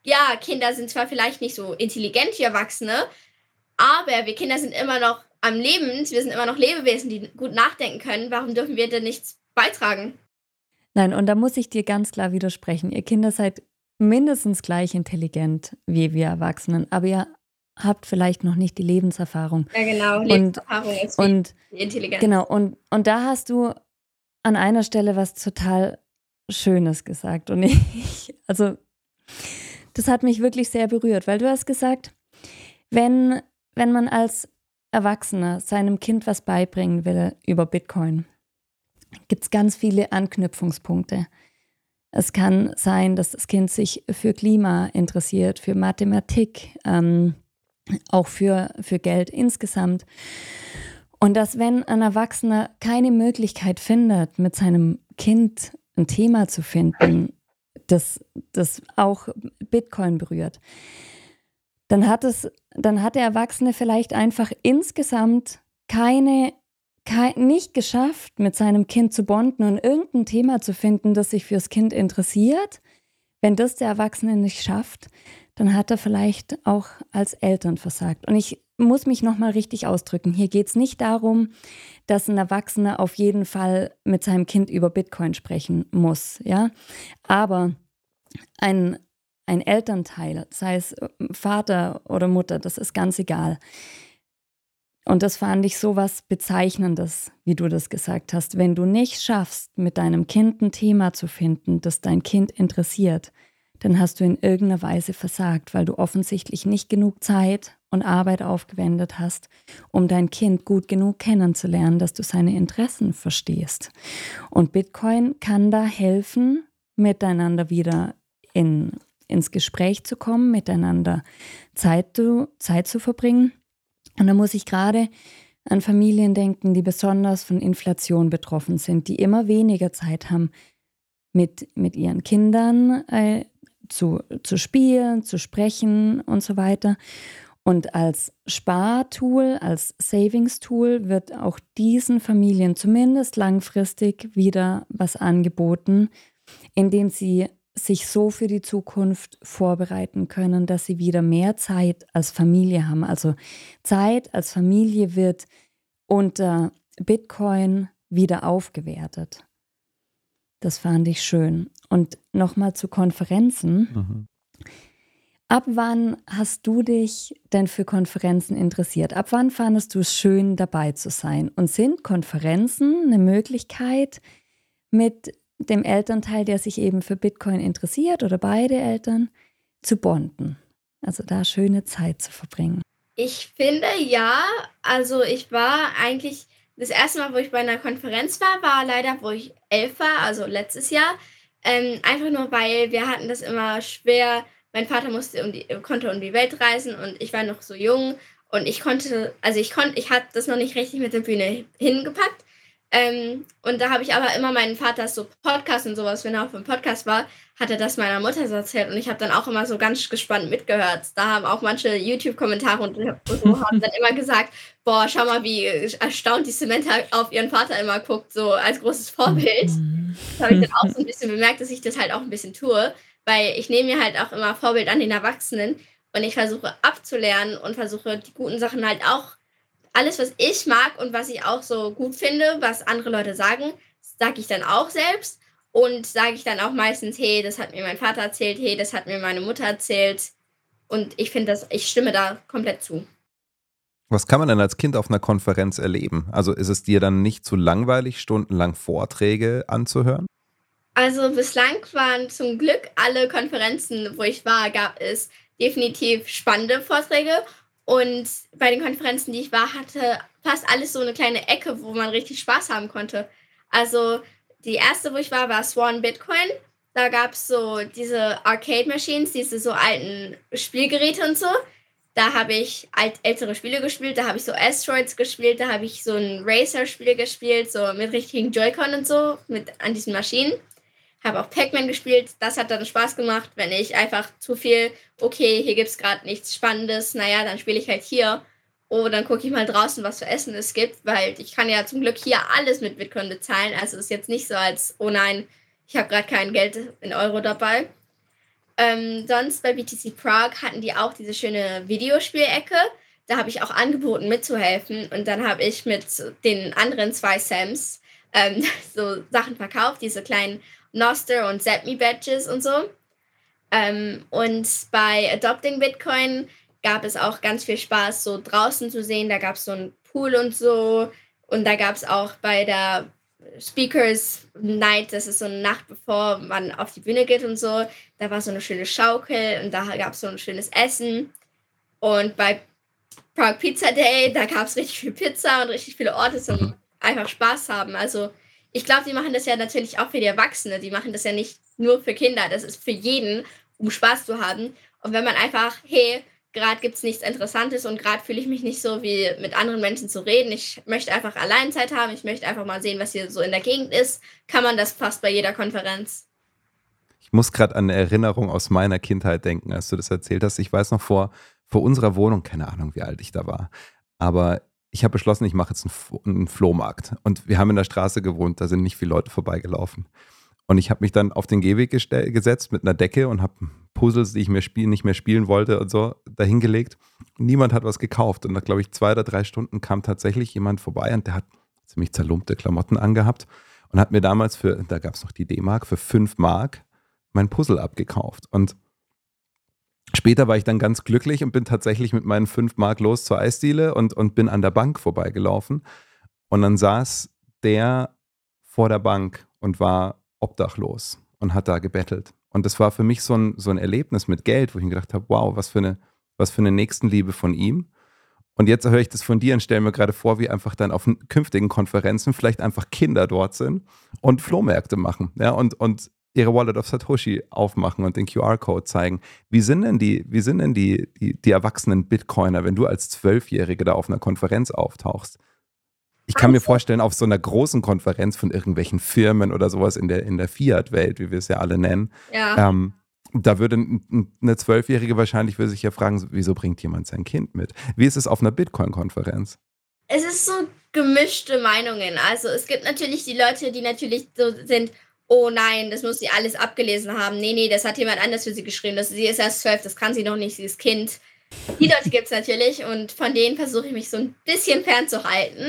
ja, Kinder sind zwar vielleicht nicht so intelligent wie Erwachsene, aber wir Kinder sind immer noch am Leben, wir sind immer noch Lebewesen, die gut nachdenken können. Warum dürfen wir denn nichts beitragen? Nein, und da muss ich dir ganz klar widersprechen. Ihr Kinder seid mindestens gleich intelligent wie wir Erwachsenen, aber ihr habt vielleicht noch nicht die Lebenserfahrung. Ja, genau. Und, Lebenserfahrung ist wie und, die Intelligenz. Genau, und, und da hast du an einer Stelle was total Schönes gesagt. Und ich, also, das hat mich wirklich sehr berührt, weil du hast gesagt, wenn, wenn man als Erwachsener seinem Kind was beibringen will über Bitcoin, gibt es ganz viele Anknüpfungspunkte. Es kann sein, dass das Kind sich für Klima interessiert, für Mathematik, ähm, auch für, für Geld insgesamt. Und dass, wenn ein Erwachsener keine Möglichkeit findet, mit seinem Kind ein Thema zu finden, das, das auch Bitcoin berührt, dann hat, es, dann hat der Erwachsene vielleicht einfach insgesamt keine Kein, nicht geschafft, mit seinem Kind zu bonden und irgendein Thema zu finden, das sich fürs Kind interessiert. Wenn das der Erwachsene nicht schafft, dann hat er vielleicht auch als Eltern versagt. Und ich muss mich nochmal richtig ausdrücken. Hier geht es nicht darum, dass ein Erwachsener auf jeden Fall mit seinem Kind über Bitcoin sprechen muss. Ja? Aber ein, ein Elternteil, sei es Vater oder Mutter, das ist ganz egal. Und das fand ich so was Bezeichnendes, wie du das gesagt hast. Wenn du nicht schaffst, mit deinem Kind ein Thema zu finden, das dein Kind interessiert, dann hast du in irgendeiner Weise versagt, weil du offensichtlich nicht genug Zeit und Arbeit aufgewendet hast, um dein Kind gut genug kennenzulernen, dass du seine Interessen verstehst. Und Bitcoin kann da helfen, miteinander wieder in, ins Gespräch zu kommen, miteinander Zeit zu, Zeit zu verbringen. Und da muss ich gerade an Familien denken, die besonders von Inflation betroffen sind, die immer weniger Zeit haben, mit, mit ihren Kindern äh, zu, zu spielen, zu sprechen und so weiter. Und als Spartool, als Savings-Tool wird auch diesen Familien zumindest langfristig wieder was angeboten, indem sie sich so für die Zukunft vorbereiten können, dass sie wieder mehr Zeit als Familie haben. Also Zeit als Familie wird unter Bitcoin wieder aufgewertet. Das fand ich schön. Und nochmal zu Konferenzen. Mhm. Ab wann hast du dich denn für Konferenzen interessiert? Ab wann fandest du es schön, dabei zu sein? Und sind Konferenzen eine Möglichkeit, mit dem Elternteil, der sich eben für Bitcoin interessiert, oder beide Eltern, zu bonden? Also da schöne Zeit zu verbringen. Ich finde, ja. Also ich war eigentlich, das erste Mal, wo ich bei einer Konferenz war, war leider, wo ich elf war, also letztes Jahr. Ähm, einfach nur, weil wir hatten das immer schwer. Mein Vater musste um die, konnte um die Welt reisen und ich war noch so jung. Und ich konnte, also ich konnte, ich hatte das noch nicht richtig mit der Bühne hingepackt. Ähm, und da habe ich aber immer meinen Vater so Podcast und sowas, wenn er auf einem Podcast war, hat er das meiner Mutter so erzählt und ich habe dann auch immer so ganz gespannt mitgehört. Da haben auch manche YouTube-Kommentare und, und so haben dann immer gesagt, boah, schau mal, wie erstaunt die Samantha auf ihren Vater immer guckt, so als großes Vorbild. Da habe ich dann auch so ein bisschen bemerkt, dass ich das halt auch ein bisschen tue, weil ich nehme mir halt auch immer Vorbild an den Erwachsenen und ich versuche abzulernen und versuche die guten Sachen halt auch, alles, was ich mag und was ich auch so gut finde, was andere Leute sagen, sage ich dann auch selbst und sage ich dann auch meistens, hey, das hat mir mein Vater erzählt, hey, das hat mir meine Mutter erzählt und ich finde das, ich stimme da komplett zu. Was kann man denn als Kind auf einer Konferenz erleben? Also ist es dir dann nicht zu langweilig, stundenlang Vorträge anzuhören? Also bislang waren zum Glück alle Konferenzen, wo ich war, gab es definitiv spannende Vorträge. Und bei den Konferenzen, die ich war, hatte fast alles so eine kleine Ecke, wo man richtig Spaß haben konnte. Also die erste, wo ich war, war Swan Bitcoin. Da gab es so diese Arcade-Machines, diese so alten Spielgeräte und so. Da habe ich alt, ältere Spiele gespielt, da habe ich so Asteroids gespielt, da habe ich so ein Racer-Spiel gespielt, so mit richtigen Joy-Con und so, mit an diesen Maschinen. Habe auch Pac-Man gespielt, das hat dann Spaß gemacht, wenn ich einfach zu viel, okay, hier gibt es gerade nichts Spannendes, naja, dann spiele ich halt hier. Oh, dann gucke ich mal draußen, was für Essen es gibt, weil ich kann ja zum Glück hier alles mit Bitcoin bezahlen, also ist jetzt nicht so als, oh nein, ich habe gerade kein Geld in Euro dabei. Ähm, sonst bei B T C Prague hatten die auch diese schöne Videospielecke. Da habe ich auch angeboten, mitzuhelfen. Und dann habe ich mit den anderen zwei Sams ähm, so Sachen verkauft, diese kleinen Noster und Zap-Me Badges und so. Ähm, und bei Adopting Bitcoin gab es auch ganz viel Spaß, so draußen zu sehen. Da gab es so einen Pool und so. Und da gab es auch bei der Speakers Night, das ist so eine Nacht, bevor man auf die Bühne geht und so. Da war so eine schöne Schaukel und da gab es so ein schönes Essen. Und bei Prague Pizza Day, da gab es richtig viel Pizza und richtig viele Orte zum einfach Spaß haben. Also ich glaube, die machen das ja natürlich auch für die Erwachsenen. Die machen das ja nicht nur für Kinder. Das ist für jeden, um Spaß zu haben. Und wenn man einfach, hey, gerade gibt es nichts Interessantes und gerade fühle ich mich nicht so, wie mit anderen Menschen zu reden. Ich möchte einfach Alleinzeit haben. Ich möchte einfach mal sehen, was hier so in der Gegend ist. Kann man das fast bei jeder Konferenz. Ich muss gerade an eine Erinnerung aus meiner Kindheit denken, als du das erzählt hast. Ich weiß noch vor, vor unserer Wohnung, keine Ahnung, wie alt ich da war, aber ich habe beschlossen, ich mache jetzt einen, einen Flohmarkt. Und wir haben in der Straße gewohnt, da sind nicht viele Leute vorbeigelaufen. Und ich habe mich dann auf den Gehweg gestell, gesetzt mit einer Decke und habe Puzzles, die ich mir spiel, nicht mehr spielen wollte und so, dahingelegt. Niemand hat was gekauft. Und nach, glaube ich, zwei oder drei Stunden kam tatsächlich jemand vorbei und der hat ziemlich zerlumpte Klamotten angehabt und hat mir damals für, da gab es noch die D-Mark, für fünf Mark mein Puzzle abgekauft. Und später war ich dann ganz glücklich und bin tatsächlich mit meinen fünf Mark los zur Eisdiele und, und bin an der Bank vorbeigelaufen. Und dann saß der vor der Bank und war obdachlos und hat da gebettelt. Und das war für mich so ein, so ein Erlebnis mit Geld, wo ich mir gedacht habe, wow, was für eine, was für eine Nächstenliebe von ihm. Und jetzt höre ich das von dir und stelle mir gerade vor, wie einfach dann auf künftigen Konferenzen vielleicht einfach Kinder dort sind und Flohmärkte machen, ja, und, und ihre Wallet of Satoshi aufmachen und den Q R-Code zeigen. Wie sind denn die, wie sind denn die, die, die erwachsenen Bitcoiner, wenn du als Zwölfjährige da auf einer Konferenz auftauchst? Ich kann mir vorstellen, auf so einer großen Konferenz von irgendwelchen Firmen oder sowas in der, in der Fiat-Welt, wie wir es ja alle nennen, Ja. ähm, da würde eine Zwölfjährige wahrscheinlich würde sich ja fragen, wieso bringt jemand sein Kind mit? Wie ist es auf einer Bitcoin-Konferenz? Es ist so gemischte Meinungen. Also es gibt natürlich die Leute, die natürlich so sind, oh nein, das muss sie alles abgelesen haben. Nee, nee, das hat jemand anders für sie geschrieben. Das, sie ist erst zwölf, das kann sie noch nicht, sie ist Kind. Die Leute gibt es natürlich und von denen versuche ich mich so ein bisschen fernzuhalten.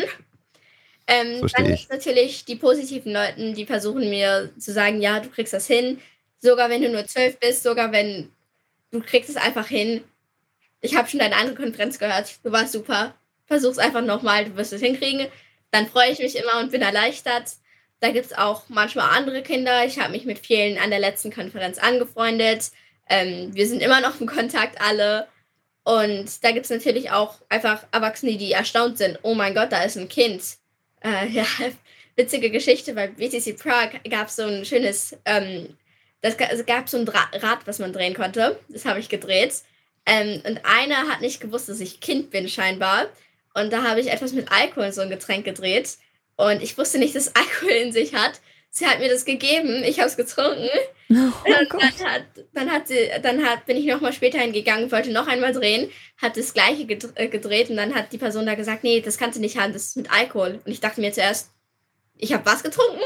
Ähm, Versteh dann ich. gibt es natürlich die positiven Leute, die versuchen mir zu sagen, ja, du kriegst das hin. Sogar wenn du nur zwölf bist, sogar wenn du kriegst es einfach hin. Ich habe schon deine andere Konferenz gehört, du warst super. Versuch's einfach nochmal, du wirst es hinkriegen. Dann freue ich mich immer und bin erleichtert. Da gibt es auch manchmal andere Kinder. Ich habe mich mit vielen an der letzten Konferenz angefreundet. Ähm, wir sind immer noch in Kontakt alle. Und da gibt es natürlich auch einfach Erwachsene, die erstaunt sind. Oh mein Gott, da ist ein Kind. Äh, ja, witzige Geschichte. Bei B T C Prague gab es so ein schönes, ähm, das, es gab so ein Dra- Rad, was man drehen konnte. Das habe ich gedreht. Ähm, und einer hat nicht gewusst, dass ich Kind bin scheinbar. Und da habe ich etwas mit Alkohol in so ein Getränk gedreht. Und ich wusste nicht, dass Alkohol in sich hat. Sie hat mir das gegeben, ich habe es getrunken. Oh Und Gott. dann, hat, dann, hat sie, dann hat, bin ich nochmal später hingegangen, wollte noch einmal drehen, hat das Gleiche gedr- äh, gedreht und dann hat die Person da gesagt, nee, das kannst du nicht haben, das ist mit Alkohol. Und ich dachte mir zuerst, ich habe was getrunken?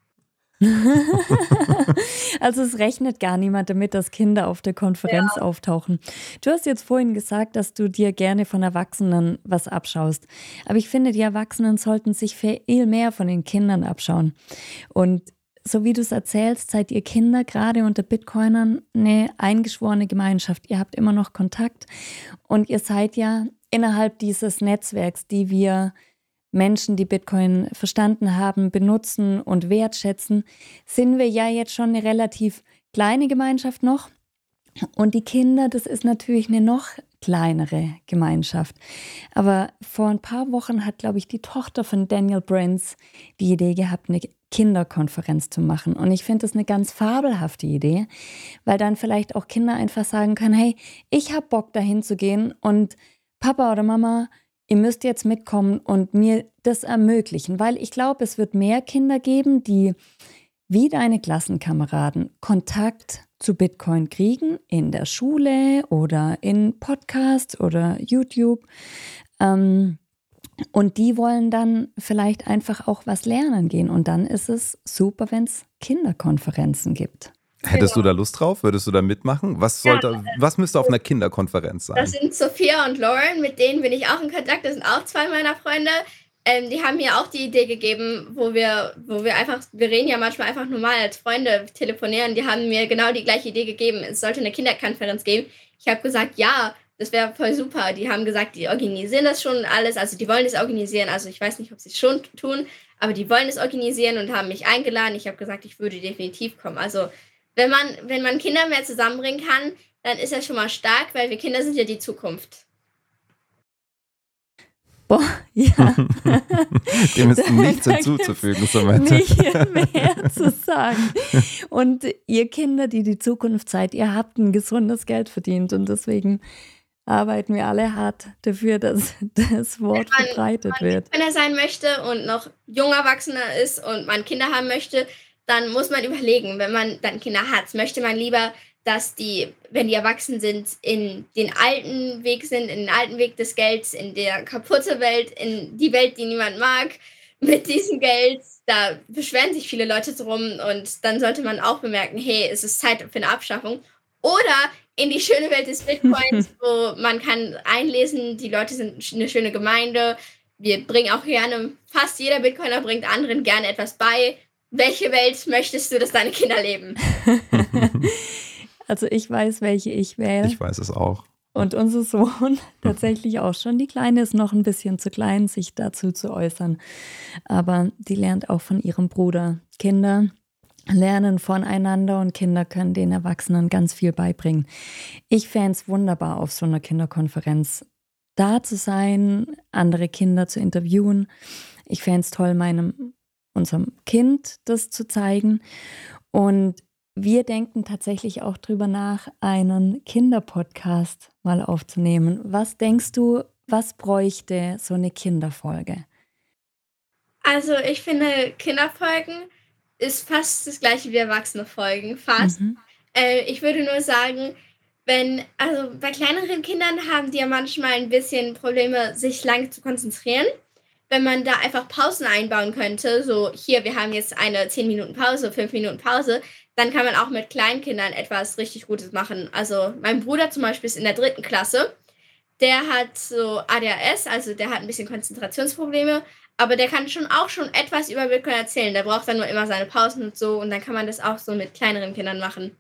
Also es rechnet gar niemand damit, dass Kinder auf der Konferenz Ja. auftauchen. Du hast jetzt vorhin gesagt, dass du dir gerne von Erwachsenen was abschaust. Aber ich finde, die Erwachsenen sollten sich viel mehr von den Kindern abschauen. Und so wie du es erzählst, seid ihr Kinder gerade unter Bitcoinern eine eingeschworene Gemeinschaft. Ihr habt immer noch Kontakt und ihr seid ja innerhalb dieses Netzwerks, die wir Menschen, die Bitcoin verstanden haben, benutzen und wertschätzen, sind wir ja jetzt schon eine relativ kleine Gemeinschaft noch. Und die Kinder, das ist natürlich eine noch kleinere Gemeinschaft. Aber vor ein paar Wochen hat, glaube ich, die Tochter von Daniel Brins die Idee gehabt, eine Kinderkonferenz zu machen. Und ich finde das eine ganz fabelhafte Idee, weil dann vielleicht auch Kinder einfach sagen können, hey, ich habe Bock dahin zu gehen und Papa oder Mama, ihr müsst jetzt mitkommen und mir das ermöglichen, weil ich glaube, es wird mehr Kinder geben, die wie deine Klassenkameraden Kontakt zu Bitcoin kriegen, in der Schule oder in Podcasts oder YouTube. Ähm, und die wollen dann vielleicht einfach auch was lernen gehen. Und dann ist es super, wenn es Kinderkonferenzen gibt. Hättest Genau. du da Lust drauf? Würdest du da mitmachen? Was, sollte, Ja, was müsste auf einer Kinderkonferenz sein? Das sind Sophia und Lauren, mit denen bin ich auch in Kontakt. Das sind auch zwei meiner Freunde. Ähm, die haben mir auch die Idee gegeben, wo wir, wo wir einfach, wir reden ja manchmal einfach normal als Freunde, telefonieren. Die haben mir genau die gleiche Idee gegeben. Es sollte eine Kinderkonferenz geben. Ich habe gesagt, ja, das wäre voll super. Die haben gesagt, die organisieren das schon alles. Also die wollen es organisieren. Also ich weiß nicht, ob sie es schon tun, aber die wollen es organisieren und haben mich eingeladen. Ich habe gesagt, ich würde definitiv kommen. Also wenn man, wenn man Kinder mehr zusammenbringen kann, dann ist das schon mal stark, weil wir Kinder sind ja die Zukunft. Boah, ja. Dem ist nichts Da hinzuzufügen, gibt's Samantha. nicht mehr zu sagen. Und ihr Kinder, die die Zukunft seid, ihr habt ein gesundes Geld verdient und deswegen arbeiten wir alle hart dafür, dass das Wort Wenn man- verbreitet Wenn man wird. Kinder sein möchte und noch jung Erwachsener ist und man Kinder haben möchte, dann muss man überlegen, wenn man dann Kinder hat, möchte man lieber, dass die, wenn die erwachsen sind, in den alten Weg sind, in den alten Weg des Gelds, in der kaputte Welt, in die Welt, die niemand mag, mit diesem Geld. Da beschweren sich viele Leute drum und dann sollte man auch bemerken, hey, es ist Zeit für eine Abschaffung. Oder in die schöne Welt des Bitcoins, wo man kann einlesen, die Leute sind eine schöne Gemeinde. Wir bringen auch gerne, fast jeder Bitcoiner bringt anderen gerne etwas bei. Welche Welt möchtest du, dass deine Kinder leben? Also ich weiß, welche ich wähle. Ich weiß es auch. Und unser Sohn tatsächlich auch schon. Die Kleine ist noch ein bisschen zu klein, sich dazu zu äußern. Aber die lernt auch von ihrem Bruder. Kinder lernen voneinander und Kinder können den Erwachsenen ganz viel beibringen. Ich fände es wunderbar, auf so einer Kinderkonferenz da zu sein, andere Kinder zu interviewen. Ich fände es toll, meinem, unserem Kind das zu zeigen. Und wir denken tatsächlich auch drüber nach, einen Kinderpodcast mal aufzunehmen. Was denkst du, was bräuchte so eine Kinderfolge? Also ich finde, Kinderfolgen ist fast das gleiche wie erwachsene Folgen, fast. Mhm. Äh, ich würde nur sagen, wenn, also bei kleineren Kindern haben die ja manchmal ein bisschen Probleme, sich lang zu konzentrieren. Wenn man da einfach Pausen einbauen könnte, so hier, wir haben jetzt eine zehn Minuten Pause, fünf Minuten Pause, dann kann man auch mit Kleinkindern etwas richtig Gutes machen. Also mein Bruder zum Beispiel ist in der dritten Klasse, der hat so A D H S, also der hat ein bisschen Konzentrationsprobleme, aber der kann schon auch schon etwas über Bitcoin erzählen. Der braucht dann nur immer seine Pausen und so und dann kann man das auch so mit kleineren Kindern machen.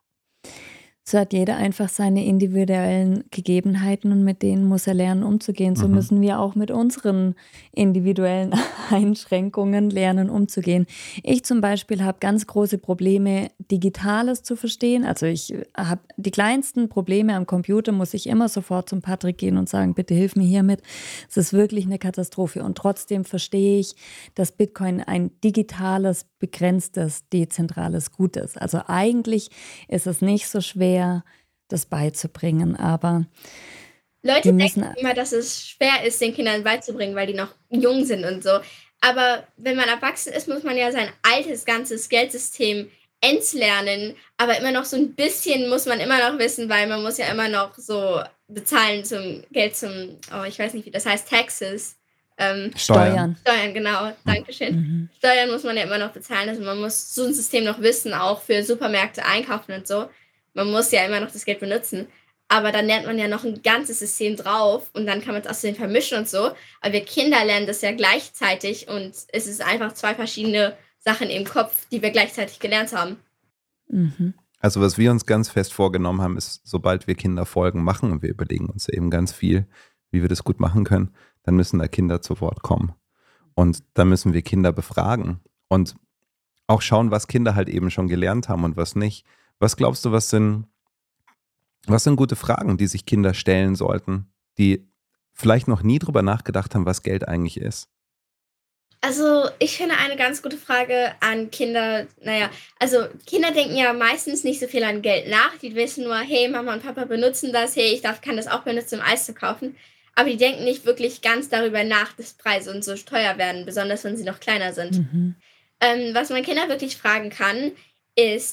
So hat jeder einfach seine individuellen Gegebenheiten und mit denen muss er lernen, umzugehen. So Mhm. müssen wir auch mit unseren individuellen Einschränkungen lernen, umzugehen. Ich zum Beispiel habe ganz große Probleme, Digitales zu verstehen. Also ich habe die kleinsten Probleme am Computer, muss ich immer sofort zum Patrick gehen und sagen, bitte hilf mir hiermit. Es ist wirklich eine Katastrophe. Und trotzdem verstehe ich, dass Bitcoin ein digitales, begrenztes, dezentrales Gut ist. Also eigentlich ist es nicht so schwer, das beizubringen, aber Leute wir müssen denken immer, dass es schwer ist, den Kindern beizubringen, weil die noch jung sind und so. Aber wenn man erwachsen ist, muss man ja sein altes, ganzes Geldsystem entlernen. Aber immer noch so ein bisschen muss man immer noch wissen, weil man muss ja immer noch so bezahlen zum Geld zum, oh, ich weiß nicht, wie das heißt, Taxes. Ähm, Steuern. Steuern, genau. Dankeschön. Mhm. Steuern muss man ja immer noch bezahlen. Also man muss so ein System noch wissen, auch für Supermärkte einkaufen und so. Man muss ja immer noch das Geld benutzen. Aber dann lernt man ja noch ein ganzes System drauf und dann kann man es außerdem vermischen und so. Aber wir Kinder lernen das ja gleichzeitig und es ist einfach zwei verschiedene Sachen im Kopf, die wir gleichzeitig gelernt haben. Mhm. Also was wir uns ganz fest vorgenommen haben, ist, sobald wir Kinderfolgen machen, und wir überlegen uns eben ganz viel, wie wir das gut machen können, dann müssen da Kinder zu Wort kommen. Und dann müssen wir Kinder befragen und auch schauen, was Kinder halt eben schon gelernt haben und was nicht. Was glaubst du, was sind, was sind gute Fragen, die sich Kinder stellen sollten, die vielleicht noch nie drüber nachgedacht haben, was Geld eigentlich ist? Also ich finde eine ganz gute Frage an Kinder, naja, also Kinder denken ja meistens nicht so viel an Geld nach. Die wissen nur, hey, Mama und Papa benutzen das, hey, ich darf, kann das auch benutzen, um Eis zu kaufen. Aber die denken nicht wirklich ganz darüber nach, dass Preise und so teuer werden, besonders wenn sie noch kleiner sind. Mhm. Ähm, was man Kinder wirklich fragen kann, ist,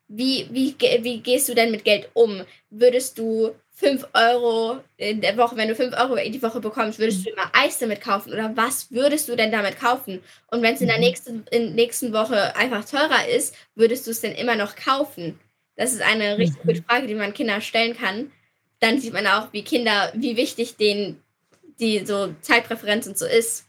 wie, wie, wie gehst du denn mit Geld um? Würdest du fünf Euro in der Woche, wenn du fünf Euro die Woche bekommst, würdest du immer Eis damit kaufen? Oder was würdest du denn damit kaufen? Und wenn es in der nächsten, in der nächsten Woche einfach teurer ist, würdest du es denn immer noch kaufen? Das ist eine richtig gute Frage, die man Kindern stellen kann. Dann sieht man auch, wie Kinder, wie wichtig denen die so Zeitpräferenz und so ist.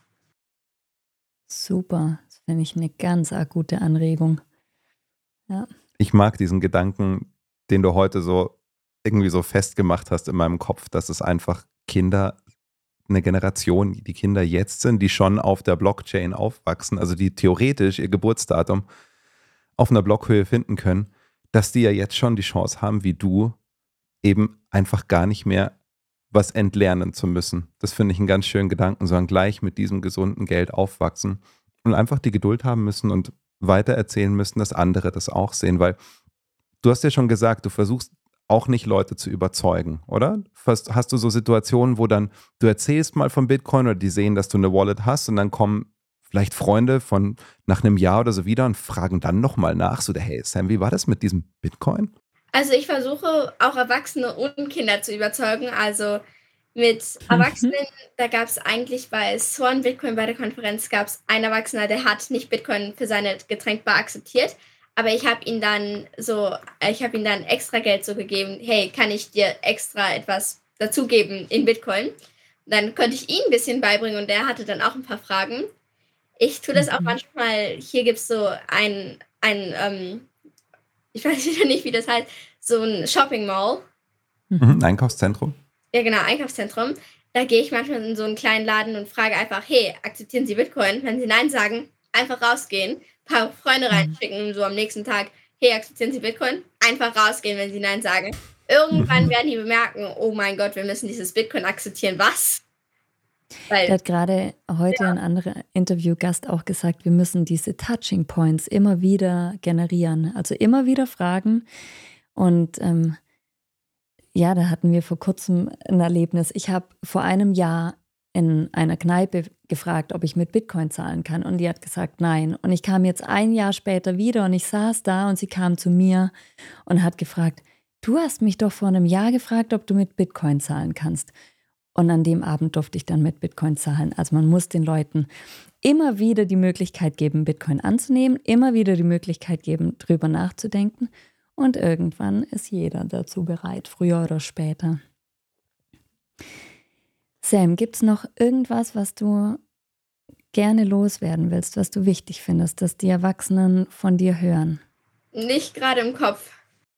Super, das finde ich eine ganz arg gute Anregung. Ja. Ich mag diesen Gedanken, den du heute so irgendwie so festgemacht hast in meinem Kopf, dass es einfach Kinder, eine Generation, die Kinder jetzt sind, die schon auf der Blockchain aufwachsen, also die theoretisch ihr Geburtsdatum auf einer Blockhöhe finden können, dass die ja jetzt schon die Chance haben, wie du, eben einfach gar nicht mehr was entlernen zu müssen. Das finde ich einen ganz schönen Gedanken, sondern gleich mit diesem gesunden Geld aufwachsen und einfach die Geduld haben müssen und weiter erzählen müssen, dass andere das auch sehen, weil du hast ja schon gesagt, du versuchst auch nicht Leute zu überzeugen, oder? Hast, hast du so Situationen, wo dann du erzählst mal von Bitcoin oder die sehen, dass du eine Wallet hast und dann kommen vielleicht Freunde von nach einem Jahr oder so wieder und fragen dann nochmal nach, so, hey Sam, wie war das mit diesem Bitcoin? Also ich versuche auch Erwachsene und Kinder zu überzeugen. Also mit Erwachsenen, mhm. da gab es eigentlich bei Swan Bitcoin bei der Konferenz, gab es einen Erwachsener, der hat nicht Bitcoin für seine Getränkbar akzeptiert. Aber ich habe ihn dann so, ich habe ihm dann extra Geld so gegeben, hey, kann ich dir extra etwas dazugeben in Bitcoin? Dann konnte ich ihm ein bisschen beibringen und der hatte dann auch ein paar Fragen. Ich tue das auch manchmal, hier gibt es so ein, ein ähm, ich weiß wieder nicht, wie das heißt, so ein Shopping Mall. Mhm, Einkaufszentrum. Ja, genau, Einkaufszentrum. Da gehe ich manchmal in so einen kleinen Laden und frage einfach, hey, akzeptieren Sie Bitcoin? Wenn Sie Nein sagen, einfach rausgehen, ein paar Freunde reinschicken und so am nächsten Tag, hey, akzeptieren Sie Bitcoin? Einfach rausgehen, wenn Sie Nein sagen. Irgendwann werden die bemerken, oh mein Gott, wir müssen dieses Bitcoin akzeptieren. Was? Weil, da hat gerade heute ja. ein anderer Interviewgast auch gesagt, wir müssen diese Touching Points immer wieder generieren. Also immer wieder fragen. Und ähm, ja, da hatten wir vor kurzem ein Erlebnis. Ich habe vor einem Jahr in einer Kneipe gefragt, ob ich mit Bitcoin zahlen kann. Und die hat gesagt, nein. Und ich kam jetzt ein Jahr später wieder und ich saß da und sie kam zu mir und hat gefragt, du hast mich doch vor einem Jahr gefragt, ob du mit Bitcoin zahlen kannst. Und an dem Abend durfte ich dann mit Bitcoin zahlen. Also man muss den Leuten immer wieder die Möglichkeit geben, Bitcoin anzunehmen, immer wieder die Möglichkeit geben, drüber nachzudenken. Und irgendwann ist jeder dazu bereit, früher oder später. Sam, gibt es noch irgendwas, was du gerne loswerden willst, was du wichtig findest, dass die Erwachsenen von dir hören? Nicht gerade im Kopf.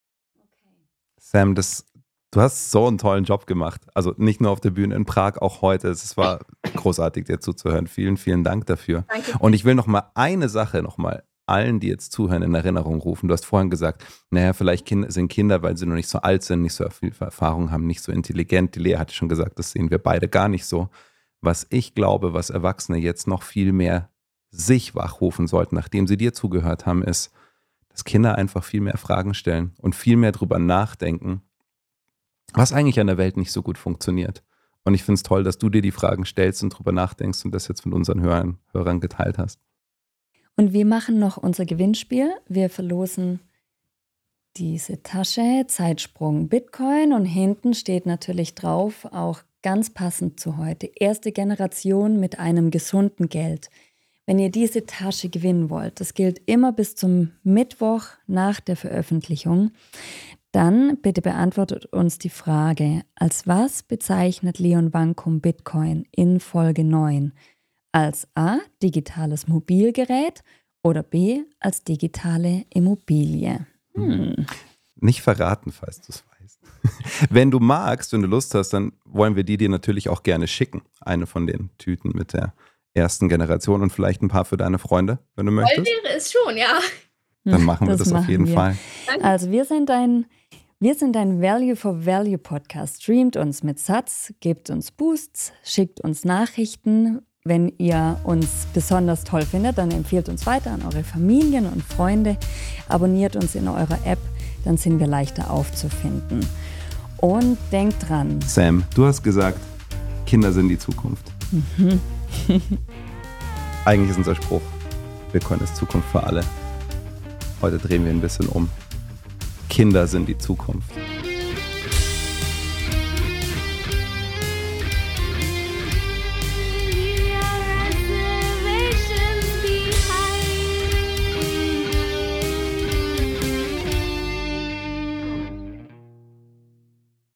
Sam, das, du hast so einen tollen Job gemacht. Also nicht nur auf der Bühne in Prag, auch heute. Es war großartig, dir zuzuhören. Vielen, vielen Dank dafür. Danke. Und ich will noch mal eine Sache noch mal allen, die jetzt zuhören, in Erinnerung rufen. Du hast vorhin gesagt, naja, vielleicht sind Kinder, weil sie noch nicht so alt sind, nicht so viel Erfahrung haben, nicht so intelligent. Die Lea hatte schon gesagt, das sehen wir beide gar nicht so. Was ich glaube, was Erwachsene jetzt noch viel mehr sich wachrufen sollten, nachdem sie dir zugehört haben, ist, dass Kinder einfach viel mehr Fragen stellen und viel mehr drüber nachdenken, was eigentlich an der Welt nicht so gut funktioniert. Und ich finde es toll, dass du dir die Fragen stellst und drüber nachdenkst und das jetzt mit unseren Hörern, Hörern geteilt hast. Und wir machen noch unser Gewinnspiel. Wir verlosen diese Tasche, Zeitsprung Bitcoin, und hinten steht natürlich drauf, auch ganz passend zu heute, erste Generation mit einem gesunden Geld. Wenn ihr diese Tasche gewinnen wollt, das gilt immer bis zum Mittwoch nach der Veröffentlichung, dann bitte beantwortet uns die Frage, als was bezeichnet Leon Vankum Bitcoin in Folge neun? Als A, digitales Mobilgerät oder B, als digitale Immobilie? Hm. Nicht verraten, falls du es weißt. Wenn du magst, wenn du Lust hast, dann wollen wir die dir natürlich auch gerne schicken. Eine von den Tüten mit der ersten Generation und vielleicht ein paar für deine Freunde, wenn du möchtest. Voll wäre es schon, ja. Dann machen wir das, das machen auf jeden wir. Fall. Also wir sind ein, wir sind ein Value for Value Podcast. Streamt uns mit Satz, gebt uns Boosts, schickt uns Nachrichten. Wenn ihr uns besonders toll findet, dann empfehlt uns weiter an eure Familien und Freunde. Abonniert uns in eurer App, dann sind wir leichter aufzufinden. Und denkt dran. Sam, du hast gesagt, Kinder sind die Zukunft. Mhm. Eigentlich ist unser Spruch, Bitcoin ist Zukunft für alle. Heute drehen wir ein bisschen um. Kinder sind die Zukunft.